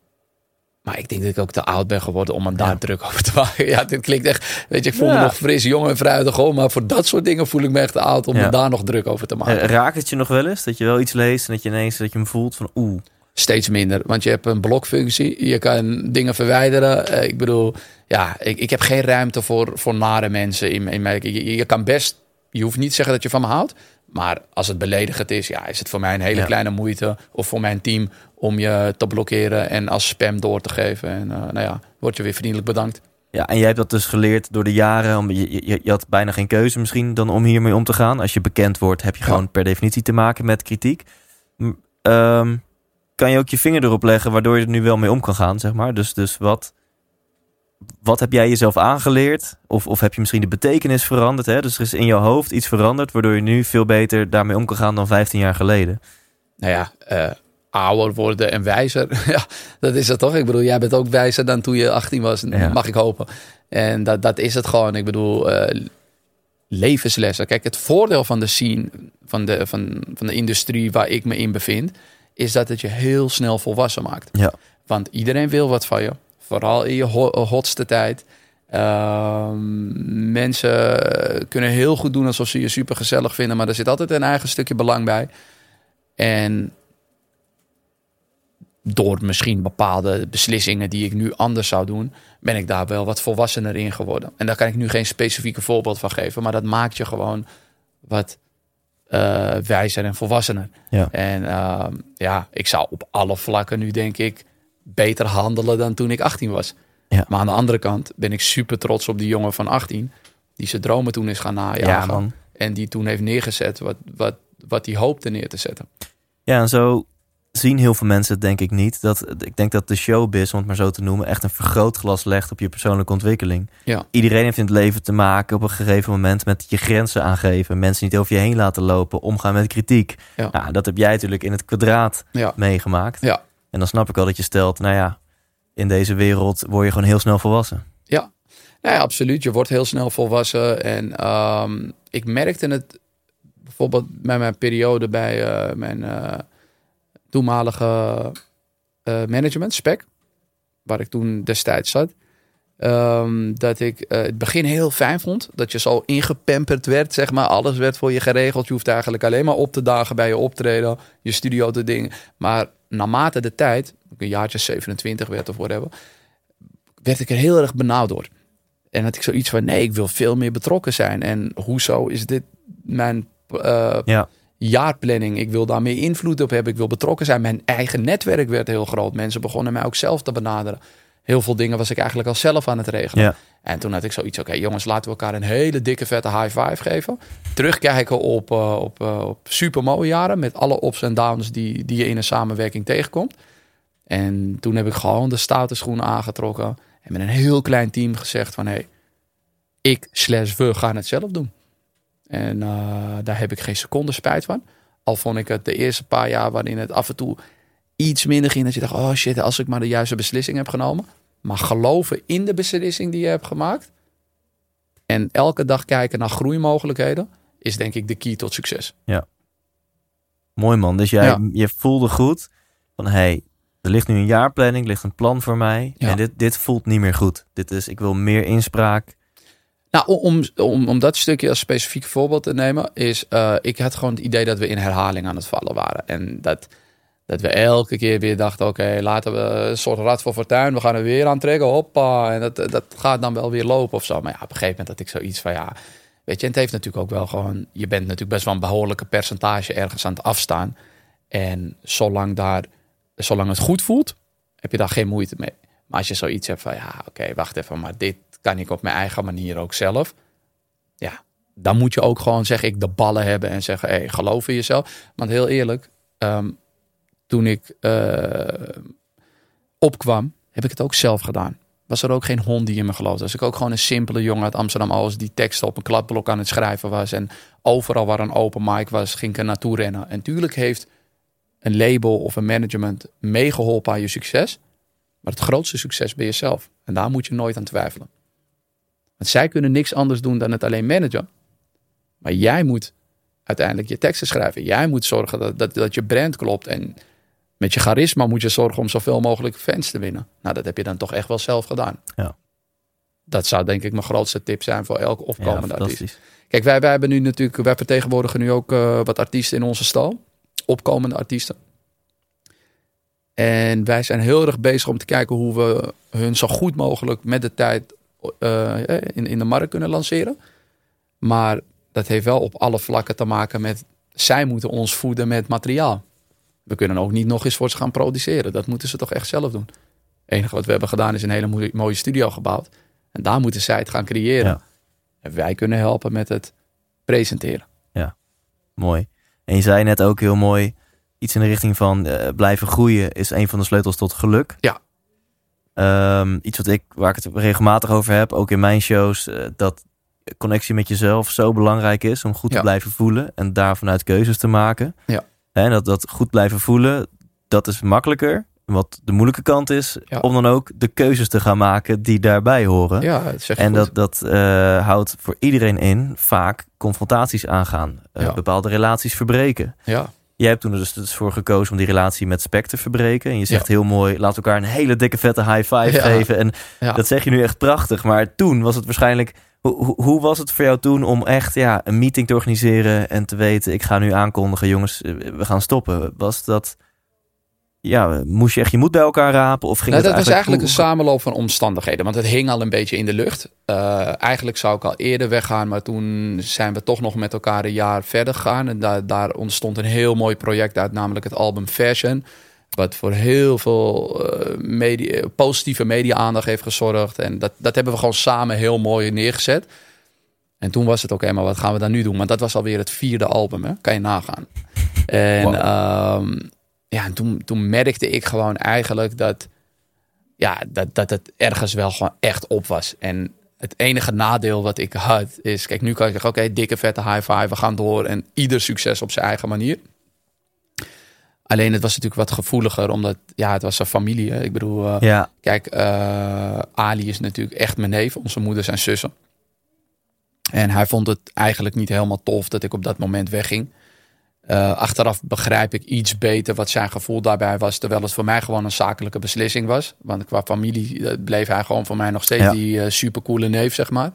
maar ik denk dat ik ook te oud ben geworden om er daar ja. druk over te maken. Ja, dit klinkt echt, weet je, ik voel ja. me nog fris, jong en fruitig hoor. Maar voor dat soort dingen voel ik me echt te oud om ja. me daar nog druk over te maken. Raakt het je nog wel eens? Dat je wel iets leest en dat je ineens dat je hem voelt van oeh. Steeds minder, want je hebt een blokfunctie. Je kan dingen verwijderen. Uh, ik bedoel, ja, ik, ik heb geen ruimte voor, voor nare mensen in, in mij. Je, je kan best, je hoeft niet te zeggen dat je van me houdt. Maar als het beledigend is, ja, is het voor mij een hele ja. kleine moeite. Of voor mijn team om je te blokkeren en als spam door te geven. En uh, nou ja, word je weer vriendelijk bedankt. Ja, en jij hebt dat dus geleerd door de jaren. Je, je, je had bijna geen keuze misschien dan om hiermee om te gaan. Als je bekend wordt, heb je ja. gewoon per definitie te maken met kritiek. Um, kan je ook je vinger erop leggen waardoor je er nu wel mee om kan gaan, zeg maar. Dus, dus wat, wat heb jij jezelf aangeleerd? Of, of heb je misschien de betekenis veranderd? Hè? Dus er is in jouw hoofd iets veranderd waardoor je nu veel beter daarmee om kan gaan dan vijftien jaar geleden. Nou ja, uh, ouder worden en wijzer. Ja, dat is het toch? Ik bedoel, jij bent ook wijzer dan toen je achttien was, ja. mag ik hopen. En dat, dat is het gewoon. Ik bedoel, uh, levenslessen. Kijk, het voordeel van de scene, van de, van, van de industrie waar ik me in bevind, is dat het je heel snel volwassen maakt. Ja. Want iedereen wil wat van je. Vooral in je hotste tijd. Uh, mensen kunnen heel goed doen alsof ze je super gezellig vinden. Maar er zit altijd een eigen stukje belang bij. En door misschien bepaalde beslissingen die ik nu anders zou doen, ben ik daar wel wat volwassener in geworden. En daar kan ik nu geen specifieke voorbeeld van geven. Maar dat maakt je gewoon wat Uh, wijzer en volwassener. Ja. En uh, ja, ik zou op alle vlakken nu denk ik beter handelen dan toen ik achttien was. Ja. Maar aan de andere kant ben ik super trots op die jongen van achttien die zijn dromen toen is gaan najagen. Ja, man. En die toen heeft neergezet wat, wat, wat hij hoopte neer te zetten. Ja, en zo zien heel veel mensen het denk ik niet. Dat, ik denk dat de showbiz, om het maar zo te noemen, echt een vergrootglas legt op je persoonlijke ontwikkeling. Ja. Iedereen heeft in het leven te maken op een gegeven moment met je grenzen aangeven. Mensen niet over je heen laten lopen, omgaan met kritiek. Ja. Nou, dat heb jij natuurlijk in het kwadraat Ja. meegemaakt. Ja. En dan snap ik al dat je stelt, nou ja, in deze wereld word je gewoon heel snel volwassen. Ja, nou ja, absoluut. Je wordt heel snel volwassen. En um, ik merkte het bijvoorbeeld bij mijn periode bij uh, mijn uh, toenmalige uh, management, Spec, waar ik toen destijds zat. Um, dat ik uh, het begin heel fijn vond. Dat je zo ingepamperd werd, zeg maar. Alles werd voor je geregeld. Je hoeft eigenlijk alleen maar op te dagen bij je optreden. Je studio te dingen. Maar naarmate de tijd, ik een jaartje zevenentwintig werd of whatever, werd ik er heel erg benauwd door. En had ik zoiets van, nee, ik wil veel meer betrokken zijn. En hoezo is dit mijn uh, Ja. jaarplanning? Ik wil daar meer invloed op hebben. Ik wil betrokken zijn. Mijn eigen netwerk werd heel groot. Mensen begonnen mij ook zelf te benaderen. Heel veel dingen was ik eigenlijk al zelf aan het regelen. Ja. En toen had ik zoiets, oké, okay, jongens, laten we elkaar een hele dikke vette high five geven. Terugkijken op, uh, op, uh, op supermooie jaren met alle ups en downs die, die je in een samenwerking tegenkomt. En toen heb ik gewoon de stoute schoenen aangetrokken en met een heel klein team gezegd van, hé, hey, ik slash we gaan het zelf doen. En uh, daar heb ik geen seconde spijt van. Al vond ik het de eerste paar jaar waarin het af en toe iets minder ging, dat je dacht, oh shit, als ik maar de juiste beslissing heb genomen. Maar geloven in de beslissing die je hebt gemaakt en elke dag kijken naar groeimogelijkheden is denk ik de key tot succes. Ja. Mooi man. Dus jij Ja. je voelde goed van, hey, er ligt nu een jaarplanning, er ligt een plan voor mij. Ja. En dit, dit voelt niet meer goed. Dit is, ik wil meer inspraak. Nou, om, om, om dat stukje als specifiek voorbeeld te nemen, is uh, ik had gewoon het idee dat we in herhaling aan het vallen waren. En dat, dat we elke keer weer dachten, oké, okay, laten we een soort rad voor fortuin, we gaan er weer aan trekken, hoppa. En dat, dat gaat dan wel weer lopen of zo. Maar ja, op een gegeven moment had ik zoiets van, ja, weet je, en het heeft natuurlijk ook wel gewoon, je bent natuurlijk best wel een behoorlijke percentage ergens aan het afstaan. En zolang, daar, zolang het goed voelt, heb je daar geen moeite mee. Maar als je zoiets hebt van, ja, oké, okay, wacht even, maar dit kan ik op mijn eigen manier ook zelf. Ja, dan moet je ook gewoon, zeg ik, de ballen hebben en zeggen, hé, hey, geloof in jezelf. Want heel eerlijk, um, toen ik uh, opkwam, heb ik het ook zelf gedaan. Was er ook geen hond die in me geloofde. Was ik ook gewoon een simpele jongen uit Amsterdam-Oost die teksten op een kladblok aan het schrijven was. En overal waar een open mic was, ging ik er naartoe rennen. En tuurlijk heeft een label of een management meegeholpen aan je succes. Maar het grootste succes ben je zelf. En daar moet je nooit aan twijfelen. Want zij kunnen niks anders doen dan het alleen managen. Maar jij moet uiteindelijk je teksten schrijven. Jij moet zorgen dat, dat, dat je brand klopt. En met je charisma moet je zorgen om zoveel mogelijk fans te winnen. Nou, dat heb je dan toch echt wel zelf gedaan. Ja. Dat zou denk ik mijn grootste tip zijn voor elke opkomende Ja, artiest. Kijk, wij, wij hebben nu natuurlijk, wij vertegenwoordigen nu ook uh, wat artiesten in onze stal. Opkomende artiesten. En wij zijn heel erg bezig om te kijken hoe we hun zo goed mogelijk met de tijd uh, in, in de markt kunnen lanceren. Maar dat heeft wel op alle vlakken te maken met, zij moeten ons voeden met materiaal. We kunnen ook niet nog eens voor ze gaan produceren. Dat moeten ze toch echt zelf doen. Het enige wat we hebben gedaan is een hele mooie studio gebouwd. En daar moeten zij het gaan creëren. Ja. En wij kunnen helpen met het presenteren. Ja, mooi. En je zei net ook heel mooi, iets in de richting van uh, blijven groeien is een van de sleutels tot geluk. Ja. Um, iets wat ik, waar ik het regelmatig over heb, ook in mijn shows, uh, dat connectie met jezelf zo belangrijk is om goed te ja. blijven voelen en daar vanuit keuzes te maken. Ja. En dat, dat goed blijven voelen, dat is makkelijker. Wat de moeilijke kant is, ja. om dan ook de keuzes te gaan maken die daarbij horen. Ja, dat zeg je en goed. dat, dat uh, houdt voor iedereen in vaak confrontaties aangaan. Uh, ja. Bepaalde relaties verbreken. Ja. Jij hebt toen er dus, dus voor gekozen om die relatie met Spec te verbreken. En je zegt ja. heel mooi, laat elkaar een hele dikke vette high five ja. geven. En ja. dat zeg je nu echt prachtig. Maar toen was het waarschijnlijk... Hoe, hoe was het voor jou toen om echt ja, een meeting te organiseren en te weten, ik ga nu aankondigen, jongens, we gaan stoppen. Was dat... Ja, moest je echt je moed bij elkaar rapen? Of ging nou, het dat eigenlijk... was eigenlijk een samenloop van omstandigheden. Want het hing al een beetje in de lucht. Uh, eigenlijk zou ik al eerder weggaan. Maar toen zijn we toch nog met elkaar een jaar verder gegaan. En daar, daar ontstond een heel mooi project uit. Namelijk het album Fashion. Wat voor heel veel uh, media, positieve media-aandacht heeft gezorgd. En dat, dat hebben we gewoon samen heel mooi neergezet. En toen was het oké, okay, maar wat gaan we dan nu doen? Want dat was alweer het vierde album, hè? Kan je nagaan. En... Wow. Um, ja, en toen, toen merkte ik gewoon eigenlijk dat, ja, dat, dat het ergens wel gewoon echt op was. En het enige nadeel wat ik had is, kijk, nu kan ik zeggen, oké, okay, dikke vette high five, we gaan door en ieder succes op zijn eigen manier. Alleen het was natuurlijk wat gevoeliger, omdat ja, het was een familie. Hè? Ik bedoel, uh, ja. kijk, uh, Ali is natuurlijk echt mijn neef. Onze moeder zijn zussen. En hij vond het eigenlijk niet helemaal tof dat ik op dat moment wegging. Uh, achteraf begrijp ik iets beter wat zijn gevoel daarbij was. Terwijl het voor mij gewoon een zakelijke beslissing was. Want qua familie uh, bleef hij gewoon voor mij nog steeds ja. die uh, supercoole neef, zeg maar.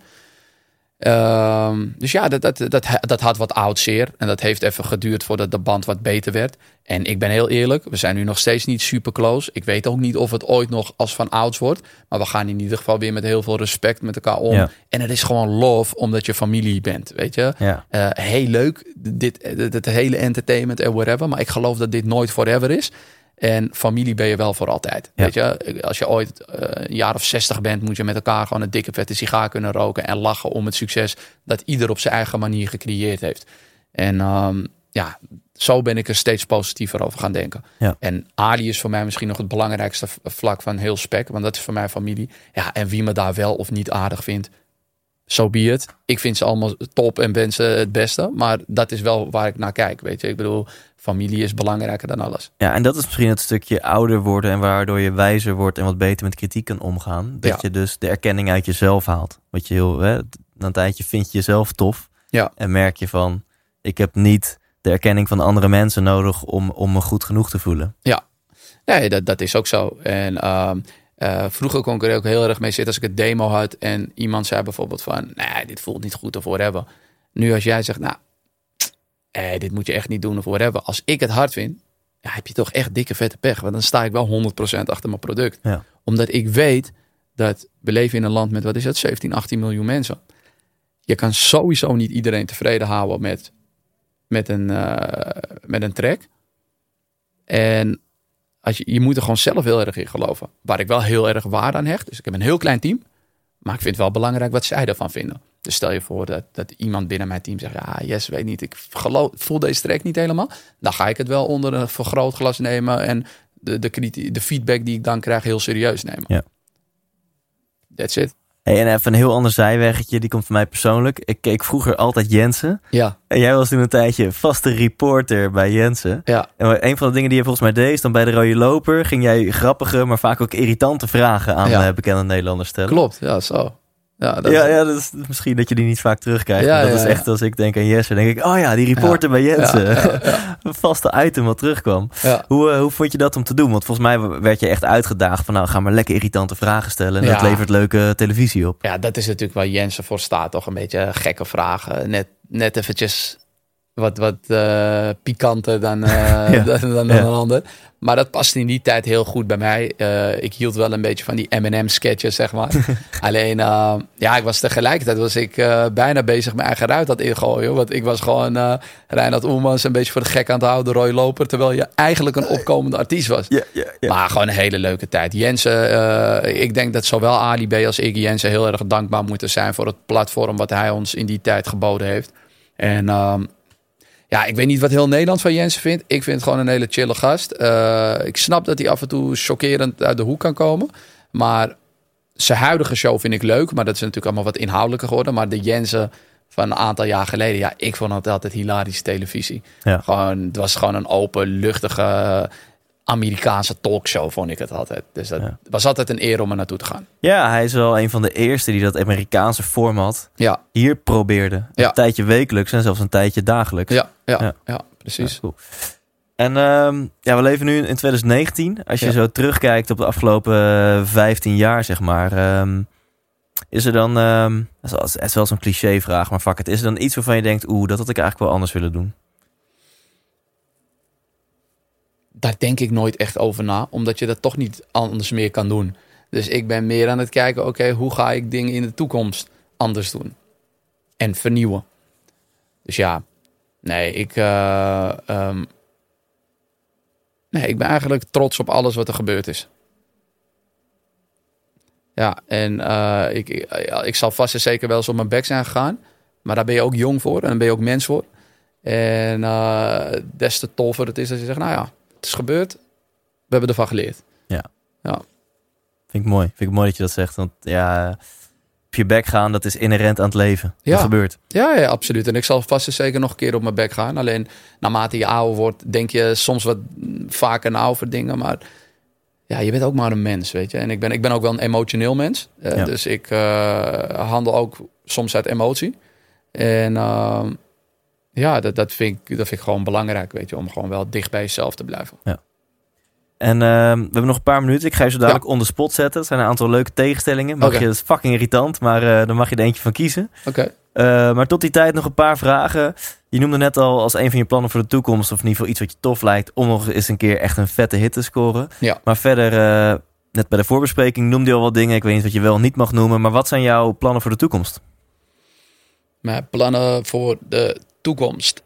Uh, dus ja, dat, dat, dat, dat had wat oud zeer. En dat heeft even geduurd voordat de band wat beter werd. En ik ben heel eerlijk, we zijn nu nog steeds niet super close. Ik weet ook niet of het ooit nog als van ouds wordt. Maar we gaan in ieder geval weer met heel veel respect met elkaar om. Ja. En het is gewoon love, omdat je familie bent, weet je. Ja. Uh, heel leuk, dit, dit, dit hele entertainment en whatever. Maar ik geloof dat dit nooit forever is. En familie ben je wel voor altijd. Ja. Weet je, als je ooit uh, een jaar of zestig bent, moet je met elkaar gewoon een dikke vette sigaar kunnen roken en lachen om het succes dat ieder op zijn eigen manier gecreëerd heeft. En um, ja, zo ben ik er steeds positiever over gaan denken. Ja. En Ali is voor mij misschien nog het belangrijkste vlak van heel spek, want dat is voor mij familie. Ja, en wie me daar wel of niet aardig vindt, so be it. Ik vind ze allemaal top en ben ze het beste, maar dat is wel waar ik naar kijk, weet je. Ik bedoel, familie is belangrijker dan alles. Ja, en dat is misschien het stukje ouder worden en waardoor je wijzer wordt en wat beter met kritiek kan omgaan. Dat ja. je dus de erkenning uit jezelf haalt. Wat je heel, hè, na een tijdje vind je jezelf tof. Ja. En merk je van, ik heb niet de erkenning van andere mensen nodig om, om me goed genoeg te voelen. Ja, nee, dat, dat is ook zo. En uh, uh, vroeger kon ik er ook heel erg mee zitten als ik een demo had en iemand zei bijvoorbeeld van, nee, dit voelt niet goed of whatever. Nu als jij zegt, nou, Eh, dit moet je echt niet doen of whatever. Als ik het hard vind, ja, heb je toch echt dikke vette pech. Want dan sta ik wel honderd procent achter mijn product. Ja. Omdat ik weet dat we leven in een land met, wat is het, zeventien, achttien miljoen mensen. Je kan sowieso niet iedereen tevreden houden met, met, een, uh, met een track. En als je, je moet er gewoon zelf heel erg in geloven. Waar ik wel heel erg waarde aan hecht. Dus ik heb een heel klein team. Maar ik vind het wel belangrijk wat zij ervan vinden. Dus stel je voor dat, dat iemand binnen mijn team zegt, ja, yes, weet niet, ik geloof, voel deze track niet helemaal. Dan ga ik het wel onder een vergrootglas nemen en de, de, kriti- de feedback die ik dan krijg heel serieus nemen. Ja. That's it. Hey, en even een heel ander zijweggetje, die komt van mij persoonlijk. Ik keek vroeger altijd Jensen. Ja. En jij was toen een tijdje vaste reporter bij Jensen. Ja. En een van de dingen die je volgens mij deed, is dan bij de Rode Loper ging jij grappige, maar vaak ook irritante vragen aan ja. bekende Nederlanders stellen. Klopt, ja, zo. Ja, dat, ja, ja, dat is misschien dat je die niet vaak terugkijkt. Ja, dat ja, is echt ja. Als ik denk aan Jesse, denk ik, oh ja, die reporter ja. bij Jensen. Ja, ja, ja. Een vaste item wat terugkwam. Ja. Hoe, uh, hoe vond je dat om te doen? Want volgens mij werd je echt uitgedaagd van, nou, ga maar lekker irritante vragen stellen. En ja. dat levert leuke televisie op. Ja, dat is natuurlijk waar Jensen voor staat. Toch een beetje gekke vragen. Net, net eventjes wat, wat uh, pikanter dan, uh, ja. dan, dan ja. een ander. Maar dat past in die tijd heel goed bij mij. Uh, ik hield wel een beetje van die M en M sketches, zeg maar. Alleen, uh, ja, ik was tegelijkertijd was ik uh, bijna bezig mijn eigen ruit aan het ingooien. Want ik was gewoon uh, Reinhard Oelmans een beetje voor de gek aan het houden, Roy Loper. Terwijl je eigenlijk een opkomende artiest was. Ja, ja, ja. Maar gewoon een hele leuke tijd. Jensen, uh, ik denk dat zowel Ali B als ik Jensen heel erg dankbaar moeten zijn voor het platform wat hij ons in die tijd geboden heeft. En uh, ja, ik weet niet wat heel Nederland van Jensen vindt. Ik vind het gewoon een hele chille gast. Uh, ik snap dat hij af en toe chockerend uit de hoek kan komen. Maar zijn huidige show vind ik leuk. Maar dat is natuurlijk allemaal wat inhoudelijker geworden. Maar de Jensen van een aantal jaar geleden, ja, ik vond het altijd hilarische televisie. Ja. Gewoon, het was gewoon een open, luchtige Amerikaanse talkshow, vond ik het altijd. Dus dat ja. was altijd een eer om er naartoe te gaan. Ja, hij is wel een van de eerste die dat Amerikaanse format ja. hier probeerde. Een ja. tijdje wekelijks en zelfs een tijdje dagelijks. Ja, ja, ja. ja precies. Ja, cool. En um, ja, we leven nu in twintig negentien. Als je ja. zo terugkijkt op de afgelopen vijftien jaar, zeg maar. Um, is er dan, um, het is wel zo'n cliché vraag, maar fuck het. Is er dan iets waarvan je denkt, oeh, dat had ik eigenlijk wel anders willen doen? Daar denk ik nooit echt over na, omdat je dat toch niet anders meer kan doen. Dus ik ben meer aan het kijken, oké, okay, hoe ga ik dingen in de toekomst anders doen? En vernieuwen. Dus ja, nee, ik, uh, um, nee, ik ben eigenlijk trots op alles wat er gebeurd is. Ja, en uh, ik, ik, ik zal vast en zeker wel eens op mijn bek zijn gegaan. Maar daar ben je ook jong voor en daar ben je ook mens voor. En uh, des te toffer het is als je zegt, nou ja, Het is gebeurd. We hebben ervan geleerd. Ja. Ja. Vind ik mooi. Vind ik mooi dat je dat zegt. Want ja, op je bek gaan, dat is inherent aan het leven. Ja. Dat gebeurt. Ja, ja, absoluut. En ik zal vast en zeker nog een keer op mijn bek gaan. Alleen naarmate je ouder wordt, denk je soms wat vaker na over dingen. Maar ja, je bent ook maar een mens, weet je. En ik ben, ik ben ook wel een emotioneel mens. Uh, Ja. Dus ik uh, handel ook soms uit emotie. En uh, ja, dat, dat, vind ik, dat vind ik gewoon belangrijk, weet je. Om gewoon wel dicht bij jezelf te blijven. Ja. En uh, we hebben nog een paar minuten. Ik ga je zo dadelijk Ja. on the spot zetten. Het zijn een aantal leuke tegenstellingen. Mag Oké. je, dat is fucking irritant, maar uh, dan mag je er eentje van kiezen. Oké. Okay. Uh, maar tot die tijd nog een paar vragen. Je noemde net al als een van je plannen voor de toekomst, of in ieder geval iets wat je tof lijkt, om nog eens een keer echt een vette hit te scoren. Ja. Maar verder, uh, net bij de voorbespreking noemde je al wat dingen. Ik weet niet wat je wel niet mag noemen. Maar wat zijn jouw plannen voor de toekomst? Mijn plannen voor de toekomst.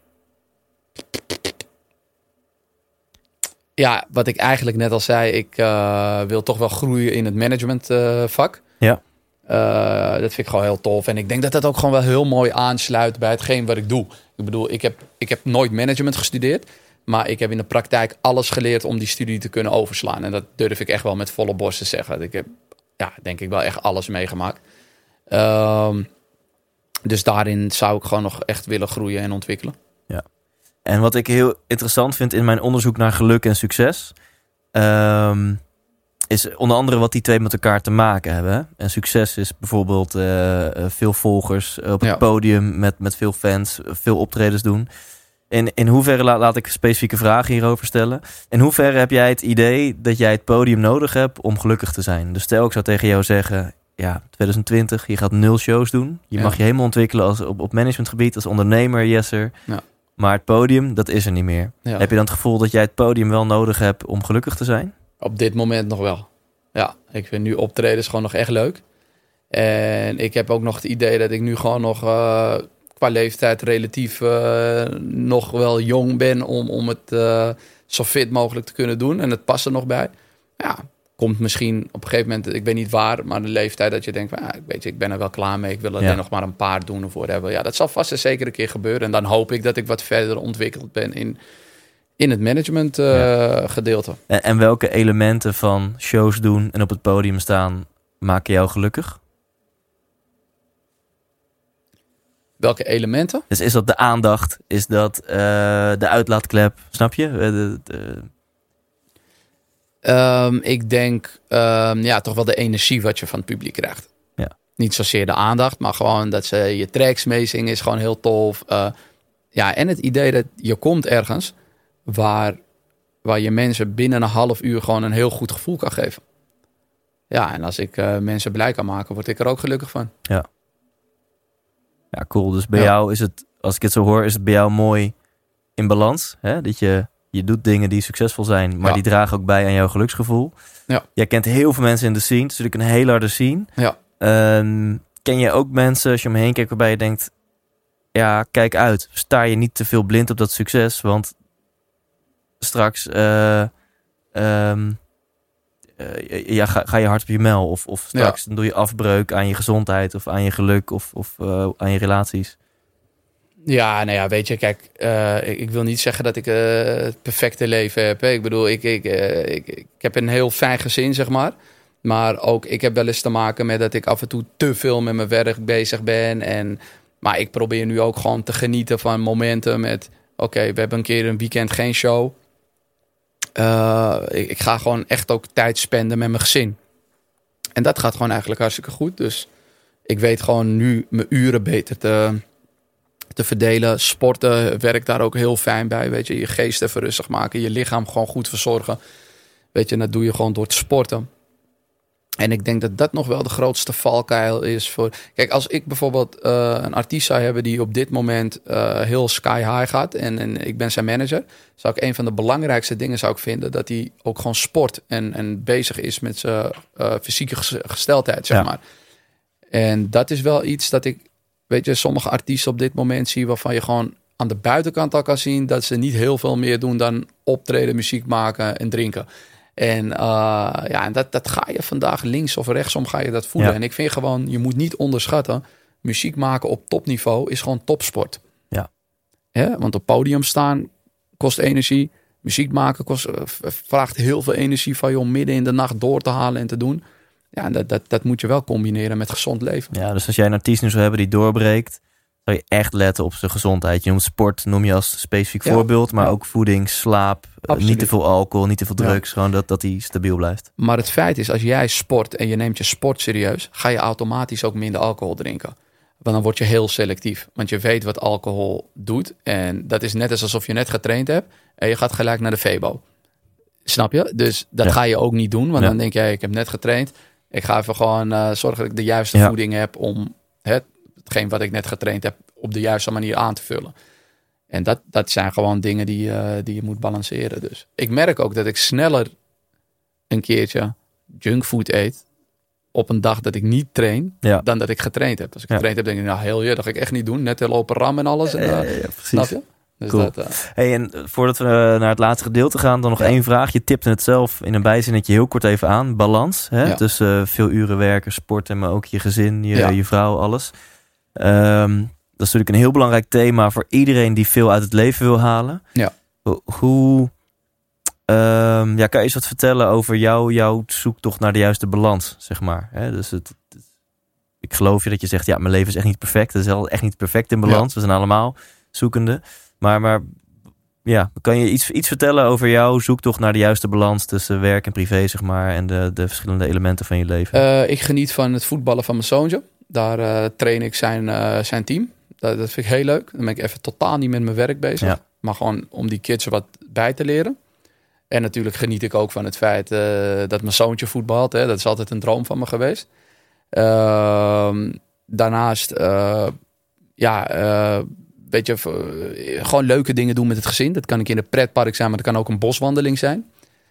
Ja, wat ik eigenlijk net al zei, ik uh, wil toch wel groeien in het managementvak. Uh, ja. Uh, dat vind ik gewoon heel tof. En ik denk dat dat ook gewoon wel heel mooi aansluit bij hetgeen wat ik doe. Ik bedoel, ik heb, ik heb nooit management gestudeerd. Maar ik heb in de praktijk alles geleerd om die studie te kunnen overslaan. En dat durf ik echt wel met volle borst te zeggen. Ik heb, ja, denk ik wel echt alles meegemaakt. Um, dus daarin zou ik gewoon nog echt willen groeien en ontwikkelen. Ja. En wat ik heel interessant vind in mijn onderzoek naar geluk en succes, Um, is onder andere wat die twee met elkaar te maken hebben. En succes is bijvoorbeeld uh, veel volgers op het ja. podium met, met veel fans, veel optredens doen. In, in hoeverre, laat, laat ik specifieke vragen hierover stellen. In hoeverre heb jij het idee dat jij het podium nodig hebt om gelukkig te zijn? Dus stel, ik zou tegen jou zeggen, ja, twintig twintig, je gaat nul shows doen. Je ja. mag je helemaal ontwikkelen als, op, op managementgebied, als ondernemer, yesser. Ja. Maar het podium, dat is er niet meer. Ja. Heb je dan het gevoel dat jij het podium wel nodig hebt om gelukkig te zijn? Op dit moment nog wel. Ja, ik vind nu optredens gewoon nog echt leuk. En ik heb ook nog het idee dat ik nu gewoon nog uh, qua leeftijd relatief uh, nog wel jong ben om, om het uh, zo fit mogelijk te kunnen doen. En het past er nog bij. Ja, komt misschien op een gegeven moment, ik weet niet waar, maar de leeftijd dat je denkt, van, ah, weet je, ik ben er wel klaar mee. Ik wil alleen ja. nog maar een paar doen of whatever. Ja, dat zal vast en zeker een keer gebeuren. En dan hoop ik dat ik wat verder ontwikkeld ben in... In het management uh, ja. gedeelte. En, en welke elementen van shows doen en op het podium staan maken jou gelukkig? Welke elementen? Dus is dat de aandacht? Is dat uh, de uitlaatklep? Snap je? Uh, de, de... Um, ik denk um, ja, toch wel de energie wat je van het publiek krijgt. Ja. Niet zozeer de aandacht, maar gewoon dat ze je tracks meezingen is gewoon heel tof. Uh, ja, en het idee dat je komt ergens Waar, waar je mensen binnen een half uur gewoon een heel goed gevoel kan geven. Ja, en als ik uh, mensen blij kan maken, word ik er ook gelukkig van. Ja, ja cool. Dus bij ja. jou is het, als ik het zo hoor, is het bij jou mooi in balans. Hè? Dat je, je doet dingen die succesvol zijn, maar ja. die dragen ook bij aan jouw geluksgevoel. Ja. Jij kent heel veel mensen in de scene. Het is natuurlijk een heel harde scene. Ja. Um, ken je ook mensen, als je omheen kijkt, waarbij je denkt, ja, kijk uit. Sta je niet te veel blind op dat succes, want straks uh, um, uh, ja, ga, ga je hard op je mel. Of, of straks ja. dan doe je afbreuk aan je gezondheid of aan je geluk of, of uh, aan je relaties. Ja, nou ja, weet je, kijk, uh, ik, ik wil niet zeggen dat ik uh, het perfecte leven heb. Hè. Ik bedoel, ik, ik, uh, ik, ik heb een heel fijn gezin, zeg maar. Maar ook, ik heb wel eens te maken met dat ik af en toe te veel met mijn werk bezig ben. En, maar ik probeer nu ook gewoon te genieten van momenten met... Oké, okay, we hebben een keer een weekend geen show. Uh, ik, ik ga gewoon echt ook tijd spenden met mijn gezin. En dat gaat gewoon eigenlijk hartstikke goed. Dus ik weet gewoon nu mijn uren beter te, te verdelen. Sporten werkt daar ook heel fijn bij. Weet je, je geest even rustig maken. Je lichaam gewoon goed verzorgen. Weet je, dat doe je gewoon door te sporten. En ik denk dat dat nog wel de grootste valkuil is voor... Kijk, als ik bijvoorbeeld uh, een artiest zou hebben die op dit moment uh, heel sky high gaat... En, en ik ben zijn manager, zou ik een van de belangrijkste dingen zou ik vinden... dat hij ook gewoon sport en, en bezig is met zijn uh, fysieke gesteldheid, zeg ja. maar. En dat is wel iets dat ik, weet je, sommige artiesten op dit moment zie... waarvan je gewoon aan de buitenkant al kan zien... dat ze niet heel veel meer doen dan optreden, muziek maken en drinken... En, uh, ja, en dat, dat ga je vandaag links of rechtsom ga je dat voelen. Ja. En ik vind gewoon, je moet niet onderschatten... muziek maken op topniveau is gewoon topsport. Ja. Ja, want op podium staan kost energie. muziek maken kost, uh, vraagt heel veel energie van je om midden in de nacht door te halen en te doen. Ja, dat, dat, dat moet je wel combineren met gezond leven. Ja, dus als jij een artiest nu zou hebben die doorbreekt, zou je echt letten op zijn gezondheid. Je noemt sport, noem je als specifiek ja. voorbeeld, maar ja. ook voeding, slaap, Absoluut. niet te veel alcohol, niet te veel drugs, ja. gewoon dat, dat die stabiel blijft. Maar het feit is, als jij sport en je neemt je sport serieus, ga je automatisch ook minder alcohol drinken. Want dan word je heel selectief. Want je weet wat alcohol doet. En dat is net als alsof je net getraind hebt en je gaat gelijk naar de Febo. Snap je? Dus dat ja. ga je ook niet doen. Want ja. dan denk je, ik heb net getraind. Ik ga even gewoon uh, zorgen dat ik de juiste ja. voeding heb om het, hetgeen wat ik net getraind heb op de juiste manier aan te vullen. En dat, dat zijn gewoon dingen die, uh, die je moet balanceren. Dus ik merk ook dat ik sneller een keertje junkfood eet op een dag dat ik niet train, ja. dan dat ik getraind heb. Als ik ja. getraind heb, denk ik, nou heel je, dat ga ik echt niet doen. Net heel lopen ram en alles. En, uh, ja, ja, ja, precies. Snap je? Dus cool. dat, uh... hey, en voordat we uh, naar het laatste gedeelte gaan, dan nog ja. één vraag. Je tipte het zelf in een bijzinnetje heel kort even aan. Balans, hè? Ja. Tussen uh, veel uren werken, sporten, maar ook je gezin, je, ja. je vrouw, alles. Um, dat is natuurlijk een heel belangrijk thema voor iedereen die veel uit het leven wil halen. Ja. Hoe... Um, ja, kan je eens wat vertellen over jou, jouw zoektocht naar de juiste balans, zeg maar. Hè? Dus het, het, ik geloof je dat je zegt, ja, mijn leven is echt niet perfect. Het is echt niet perfect in balans. Ja. We zijn allemaal zoekende. Maar, maar ja, kan je iets, iets vertellen over jouw zoektocht naar de juiste balans tussen werk en privé, zeg maar, en de, de verschillende elementen van je leven? Uh, ik geniet van het voetballen van mijn zoontje. Daar uh, train ik zijn, uh, zijn team. Dat, dat vind ik heel leuk. Dan ben ik even totaal niet met mijn werk bezig. Ja. Maar gewoon om die kids er wat bij te leren. En natuurlijk geniet ik ook van het feit uh, dat mijn zoontje voetbalt. Hè. Dat is altijd een droom van me geweest. Uh, daarnaast, uh, ja, uh, weet je, uh, gewoon leuke dingen doen met het gezin. Dat kan ik in een pretpark zijn, maar dat kan ook een boswandeling zijn.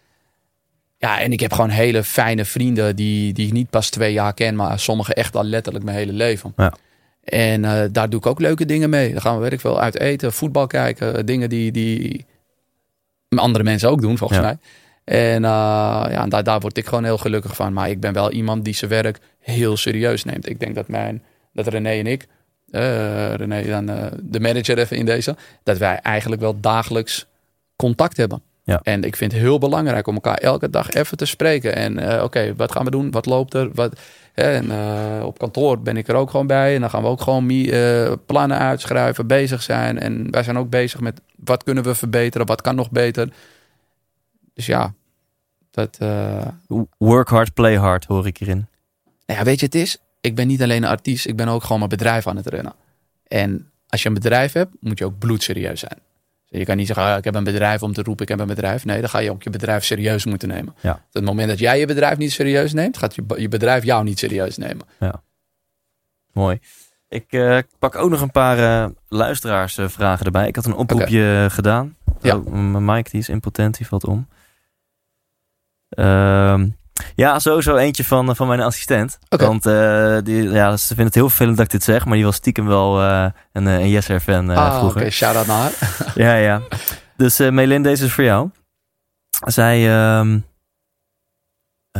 Ja, en ik heb gewoon hele fijne vrienden die, die ik niet pas twee jaar ken, maar sommigen echt al letterlijk mijn hele leven. Ja. En uh, daar doe ik ook leuke dingen mee. Dan gaan we, weet ik veel, uit eten, voetbal kijken, dingen die... die andere mensen ook doen, volgens ja. mij. En uh, ja, daar, daar word ik gewoon heel gelukkig van. Maar ik ben wel iemand die zijn werk heel serieus neemt. Ik denk dat mijn, dat René en ik, uh, René dan uh, de manager even in deze, dat wij eigenlijk wel dagelijks contact hebben. Ja. En ik vind het heel belangrijk om elkaar elke dag even te spreken. En uh, oké, okay, wat gaan we doen? Wat loopt er? Wat, hè? En uh, op kantoor ben ik er ook gewoon bij. En dan gaan we ook gewoon uh, plannen uitschrijven, bezig zijn. En wij zijn ook bezig met wat kunnen we verbeteren? Wat kan nog beter? Dus ja, dat... Uh... Work hard, play hard, hoor ik hierin. Nou ja, weet je, het is... Ik ben niet alleen een artiest, ik ben ook gewoon mijn bedrijf aan het runnen. En als je een bedrijf hebt, moet je ook bloedserieus zijn. Je kan niet zeggen, ah, ik heb een bedrijf om te roepen, ik heb een bedrijf. Nee, dan ga je ook je bedrijf serieus moeten nemen. Ja. Op het moment dat jij je bedrijf niet serieus neemt, gaat je, je bedrijf jou niet serieus nemen. Ja. Mooi. Ik uh, pak ook nog een paar uh, luisteraarsvragen uh, erbij. Ik had een oproepje okay. gedaan. Ja. Oh, Mike, die is impotent, die valt om. Uh, ja, sowieso eentje van, van mijn assistent. Okay. Want uh, die, ja, ze vindt het heel vervelend dat ik dit zeg, maar die was stiekem wel uh, een, een Yes-fan uh, ah, vroeger. Oké, okay. Shout-out naar haar. ja, ja. Dus uh, Melin, deze is voor jou. Zij... Uh, uh,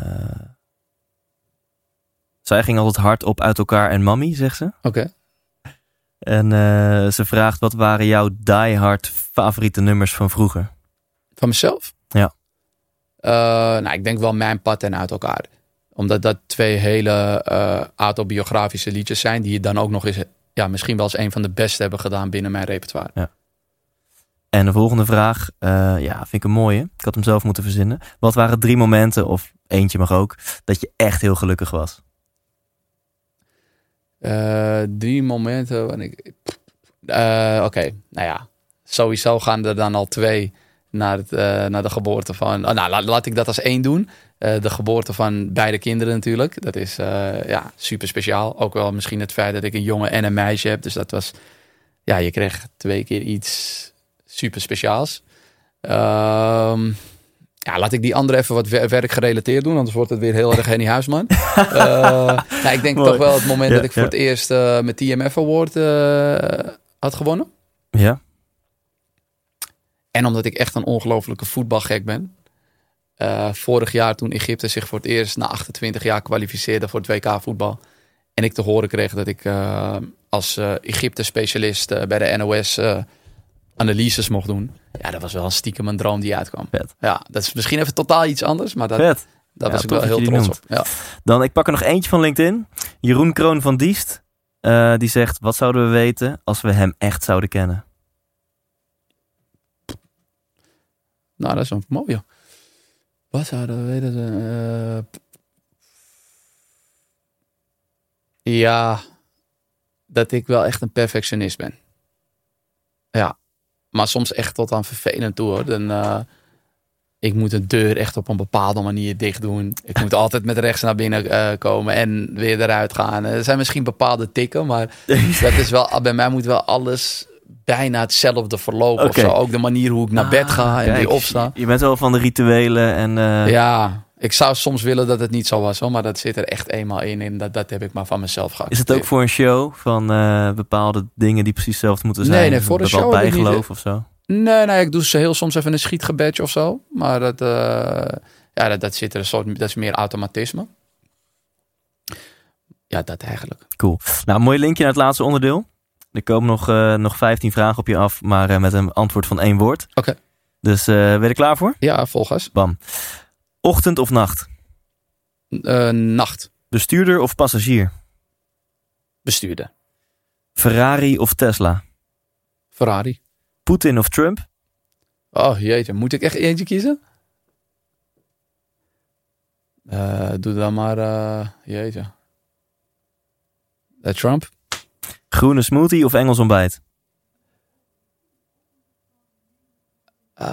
zij ging altijd hard op uit elkaar en Mami, zegt ze. Oké. Okay. En uh, ze vraagt, wat waren jouw die-hard favoriete nummers van vroeger? Van mezelf? Ja. Uh, nou, ik denk wel Mijn Pad en Uit Elkaar. Omdat dat twee hele uh, autobiografische liedjes zijn, die dan ook nog eens, ja, misschien wel eens een van de beste hebben gedaan binnen mijn repertoire. Ja. En de volgende vraag, uh, ja, vind ik een mooie. Ik had hem zelf moeten verzinnen. Wat waren drie momenten, of eentje mag ook, dat je echt heel gelukkig was? Uh, drie momenten wanneer ik... Uh, Oké, okay. Nou ja. Sowieso gaan er dan al twee naar, het, uh, naar de geboorte van... Oh, nou, laat, laat ik dat als één doen. Uh, de geboorte van beide kinderen natuurlijk. Dat is uh, ja, super speciaal. Ook wel misschien het feit dat ik een jongen en een meisje heb. Dus dat was... Ja, je kreeg twee keer iets super speciaals. Uh, ja, laat ik die andere even wat werkgerelateerd doen. Anders wordt het weer heel erg Henny Huisman. uh, nou, ik denk Mooi. toch wel het moment ja, dat ik ja. voor het eerst uh, met T M F Award uh, had gewonnen. Ja. En omdat ik echt een ongelofelijke voetbalgek ben. Uh, vorig jaar toen Egypte zich voor het eerst na achtentwintig jaar kwalificeerde voor het W K voetbal. En ik te horen kreeg dat ik uh, als uh, Egypte specialist uh, bij de N O S uh, analyses mocht doen. Ja, dat was wel stiekem een droom die uitkwam. Vet. Ja, dat is misschien even totaal iets anders, maar dat, Vet. daar Ja, was ik tof wel dat heel je die trots noemt. op. Ja. Dan, ik pak er nog eentje van LinkedIn. Jeroen Kroon van Diest. Uh, die zegt, wat zouden we weten als we hem echt zouden kennen? Nou, dat is een mooie. Wat zouden we weten? Uh, ja, dat ik wel echt een perfectionist ben. Ja, maar soms echt tot aan vervelend toe hoor. Dan, uh, ik moet een deur echt op een bepaalde manier dicht doen. Ik moet altijd met rechts naar binnen uh, komen en weer eruit gaan. Er zijn misschien bepaalde tikken, maar dat is wel, bij mij moet wel alles bijna hetzelfde verlopen. Okay. Of zo. Ook de manier hoe ik naar ah, bed ga en kijk, weer opsta. Je bent wel van de rituelen en... Uh... Ja, ik zou soms willen dat het niet zo was, hoor, maar dat zit er echt eenmaal in. En dat, dat heb ik maar van mezelf gehad. Is het ook voor een show van uh, bepaalde dingen die precies hetzelfde moeten zijn? Nee, nee, voor de show bijgeloof of zo? Nee, nee, ik doe ze heel soms even een schietgebedje of zo. Maar dat, uh, ja, dat, dat zit er een soort, dat is meer automatisme. Ja, dat eigenlijk. Cool. Nou, een mooi linkje naar het laatste onderdeel. Er komen nog, uh, nog vijftien vragen op je af, maar uh, met een antwoord van één woord. Oké. Okay. Dus uh, ben je er klaar voor? Ja, volgas. Bam. Ochtend of nacht? Uh, nacht. Bestuurder of passagier? Bestuurder. Ferrari of Tesla? Ferrari. Poetin of Trump? Oh jeetje, moet ik echt eentje kiezen? Uh, doe dan maar, uh, jeetje. Uh, Trump. Groene smoothie of Engels ontbijt? Uh,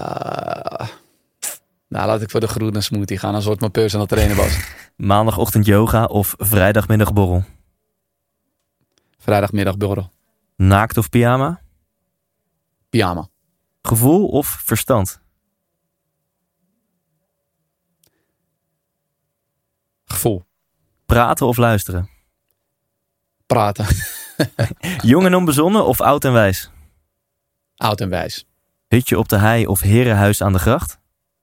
nou, laat ik voor de groene smoothie gaan. Als wordt mijn personal trainer was. Maandagochtend yoga of vrijdagmiddagborrel? Vrijdagmiddagborrel. Naakt of pyjama? Pyjama. Gevoel of verstand? Gevoel. Praten of luisteren? Praten. Jong en onbezonnen of oud en wijs? Oud en wijs. Hutje op de hei of herenhuis aan de gracht?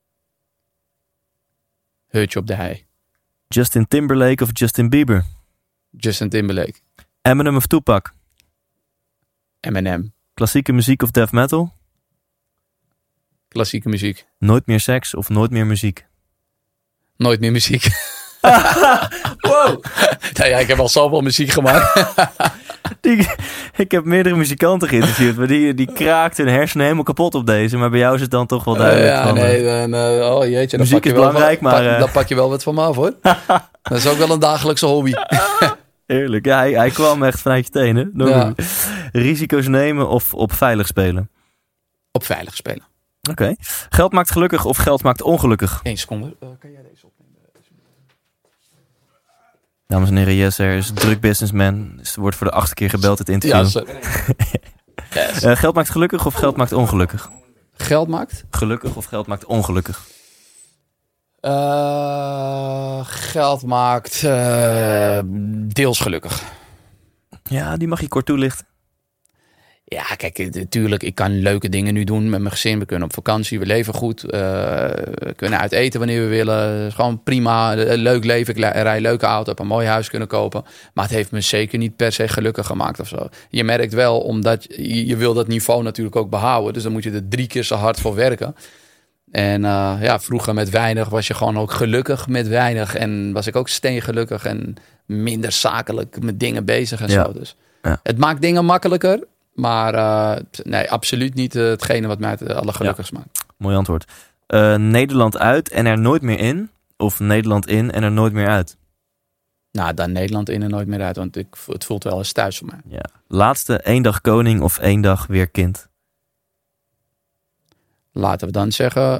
Hutje op de hei. Justin Timberlake of Justin Bieber? Justin Timberlake. Eminem of Tupac? Eminem. Klassieke muziek of death metal? Klassieke muziek. Nooit meer seks of nooit meer muziek? Nooit meer muziek. Wow. Nou ja, ik heb al zoveel muziek gemaakt. die, ik heb meerdere muzikanten geïnterviewd, maar die, die kraakt hun hersenen helemaal kapot op deze. Maar bij jou is het dan toch wel duidelijk. Uh, ja, van, nee, dan, uh, oh jeetje. Muziek is belangrijk, wel, maar... Pak, uh, dan pak je wel wat van me af, hoor. Dat is ook wel een dagelijkse hobby. Heerlijk. Ja, hij, hij kwam echt vanuit je tenen. Ja. Risico's nemen of op veilig spelen? Op veilig spelen. Oké. Okay. Geld maakt gelukkig of geld maakt ongelukkig? Eén seconde. Uh, kan jij deze opnemen? Dames en heren, yes, er is een druk businessman. Er wordt voor de achtste keer gebeld, het interview. Ja, yes. uh, geld maakt gelukkig of geld maakt ongelukkig? Geld maakt? Gelukkig of geld maakt ongelukkig? Uh, geld maakt uh, deels gelukkig. Ja, die mag je kort toelichten. Ja, kijk, natuurlijk, ik kan leuke dingen nu doen met mijn gezin. We kunnen op vakantie, we leven goed. Uh, we kunnen uit eten wanneer we willen. Gewoon prima, een leuk leven. Ik rij een leuke auto, heb een mooi huis kunnen kopen. Maar het heeft me zeker niet per se gelukkig gemaakt of zo. Je merkt wel, omdat je, je wil dat niveau natuurlijk ook behouden. Dus dan moet je er drie keer zo hard voor werken. En uh, ja, vroeger met weinig was je gewoon ook gelukkig met weinig. En was ik ook steengelukkig en minder zakelijk met dingen bezig en ja. zo. Dus ja. Het maakt dingen makkelijker. Maar uh, nee, absoluut niet uh, hetgene wat mij het allergelukkigst ja. maakt. Mooi antwoord. Uh, Nederland uit en er nooit meer in? Of Nederland in en er nooit meer uit? Nou, dan Nederland in en nooit meer uit. Want ik, het voelt wel eens thuis voor mij. Ja. Laatste, één dag koning of één dag weer kind? Laten we dan zeggen...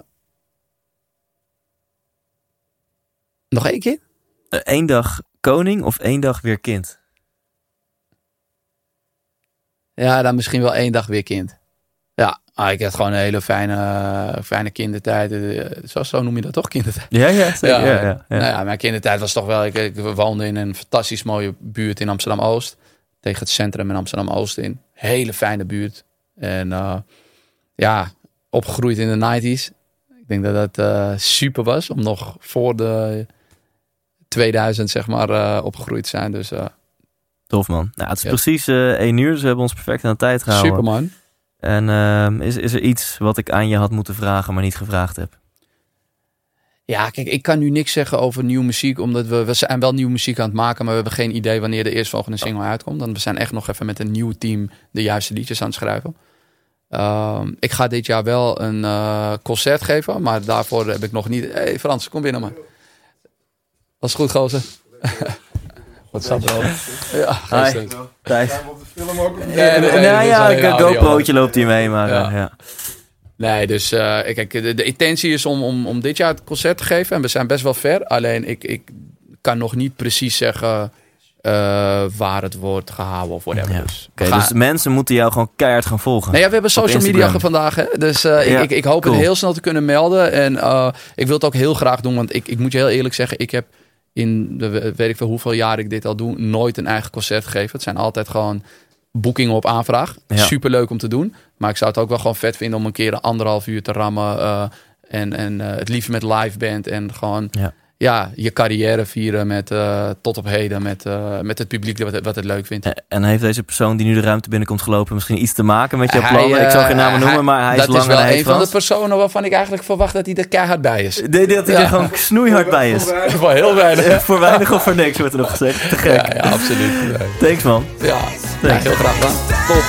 Nog één keer? Uh, één dag koning of één dag weer kind? Ja, dan misschien wel één dag weer kind. Ja, ah, ik had gewoon een hele fijne, fijne kindertijd. Zo, zo noem je dat toch, kindertijd? Ja, ja, zeker. Ja, ja, ja, ja. Nou ja, mijn kindertijd was toch wel... Ik, ik woonde in een fantastisch mooie buurt in Amsterdam-Oost. Tegen het centrum in Amsterdam-Oost in. Hele fijne buurt. En uh, ja, opgegroeid in de negentig. Ik denk dat dat uh, super was om nog voor de tweeduizend zeg maar uh, opgegroeid te zijn. Dus... Uh, Tof man. Nou, het is ja. precies uh, één uur, dus we hebben ons perfect aan de tijd gehouden. Super man. En uh, is, is er iets wat ik aan je had moeten vragen, maar niet gevraagd heb? Ja, kijk, ik kan nu niks zeggen over nieuwe muziek, omdat we, we zijn wel nieuwe muziek aan het maken, maar we hebben geen idee wanneer de eerstvolgende single uitkomt. Dan we zijn echt nog even met een nieuw team de juiste liedjes aan het schrijven. Uh, ik ga dit jaar wel een uh, concert geven, maar daarvoor heb ik nog niet... Hé hey Frans, kom binnen man. Dat is goed, gozer. Wat staat er al? Ja, geestelijk. Thijs. Nee, nee, nee, nou ja, een GoPro'tje loopt hier mee, maar ja. Uh, ja. Nee, dus uh, kijk, de, de intentie is om, om, om dit jaar het concert te geven. En we zijn best wel ver. Alleen ik, ik kan nog niet precies zeggen uh, waar het wordt gehouden of whatever. Ja. Dus, okay, dus mensen moeten jou gewoon keihard gaan volgen. Nee, ja, we hebben social media vandaag. Hè? Dus uh, ja, ik, ik, ik hoop cool. het heel snel te kunnen melden. En uh, ik wil het ook heel graag doen. Want ik, ik moet je heel eerlijk zeggen, ik heb in de weet ik veel hoeveel jaar ik dit al doe, nooit een eigen concert gegeven. Het zijn altijd gewoon boekingen op aanvraag. Ja. Superleuk om te doen. Maar ik zou het ook wel gewoon vet vinden om een keer een anderhalf uur te rammen. Uh, en en uh, het liefst met live band. En gewoon ja. Ja, je carrière vieren met uh, tot op heden. Met, uh, met het publiek wat het, wat het leuk vindt. En heeft deze persoon die nu de ruimte binnenkomt gelopen misschien iets te maken met jouw plannen? Uh, ik zal geen namen noemen, maar hij is lang en hij Dat is wel een van de personen waarvan ik eigenlijk verwacht dat hij er keihard bij is. De, dat hij ja. er gewoon snoeihard bij is. Voor heel weinig. Voor weinig of voor niks wordt er nog gezegd. Te gek. Ja, ja absoluut. Nee. Thanks man. Ja, ja heel graag gedaan. Top.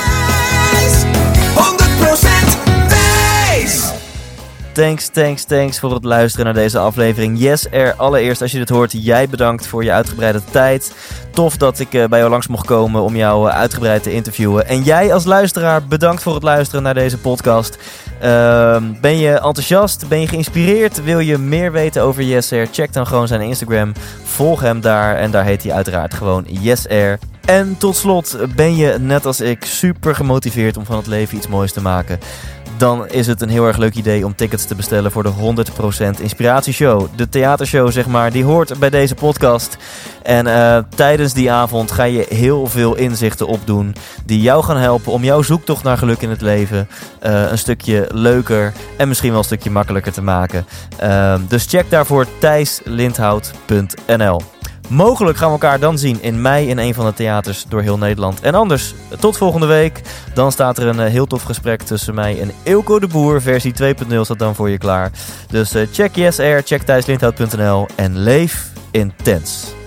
honderd procent Thijs! Thanks, thanks, thanks voor het luisteren naar deze aflevering. Yes, er allereerst als je dit hoort, jij bedankt voor je uitgebreide tijd. Tof dat ik uh, bij jou langs mocht komen om jou uh, uitgebreid te interviewen. En jij als luisteraar, bedankt voor het luisteren naar deze podcast. Uh, ben je enthousiast? Ben je geïnspireerd? Wil je meer weten over YesAir? Check dan gewoon zijn Instagram. Volg hem daar en daar heet hij uiteraard gewoon YesAir. En tot slot, ben je net als ik super gemotiveerd om van het leven iets moois te maken? Dan is het een heel erg leuk idee om tickets te bestellen voor de honderd procent Inspiratieshow. De theatershow, zeg maar, die hoort bij deze podcast. En uh, tijdens die avond ga je heel veel inzichten opdoen die jou gaan helpen om jouw zoektocht naar geluk in het leven uh, een stukje leuker en misschien wel een stukje makkelijker te maken. Uh, dus check daarvoor thijs lindhout punt n l. Mogelijk gaan we elkaar dan zien in mei in een van de theaters door heel Nederland. En anders, tot volgende week. Dan staat er een uh, heel tof gesprek tussen mij en Eelco de Boer. Versie twee punt nul staat dan voor je klaar. Dus uh, check YesAir, check thijs lindhout punt n l en leef intens.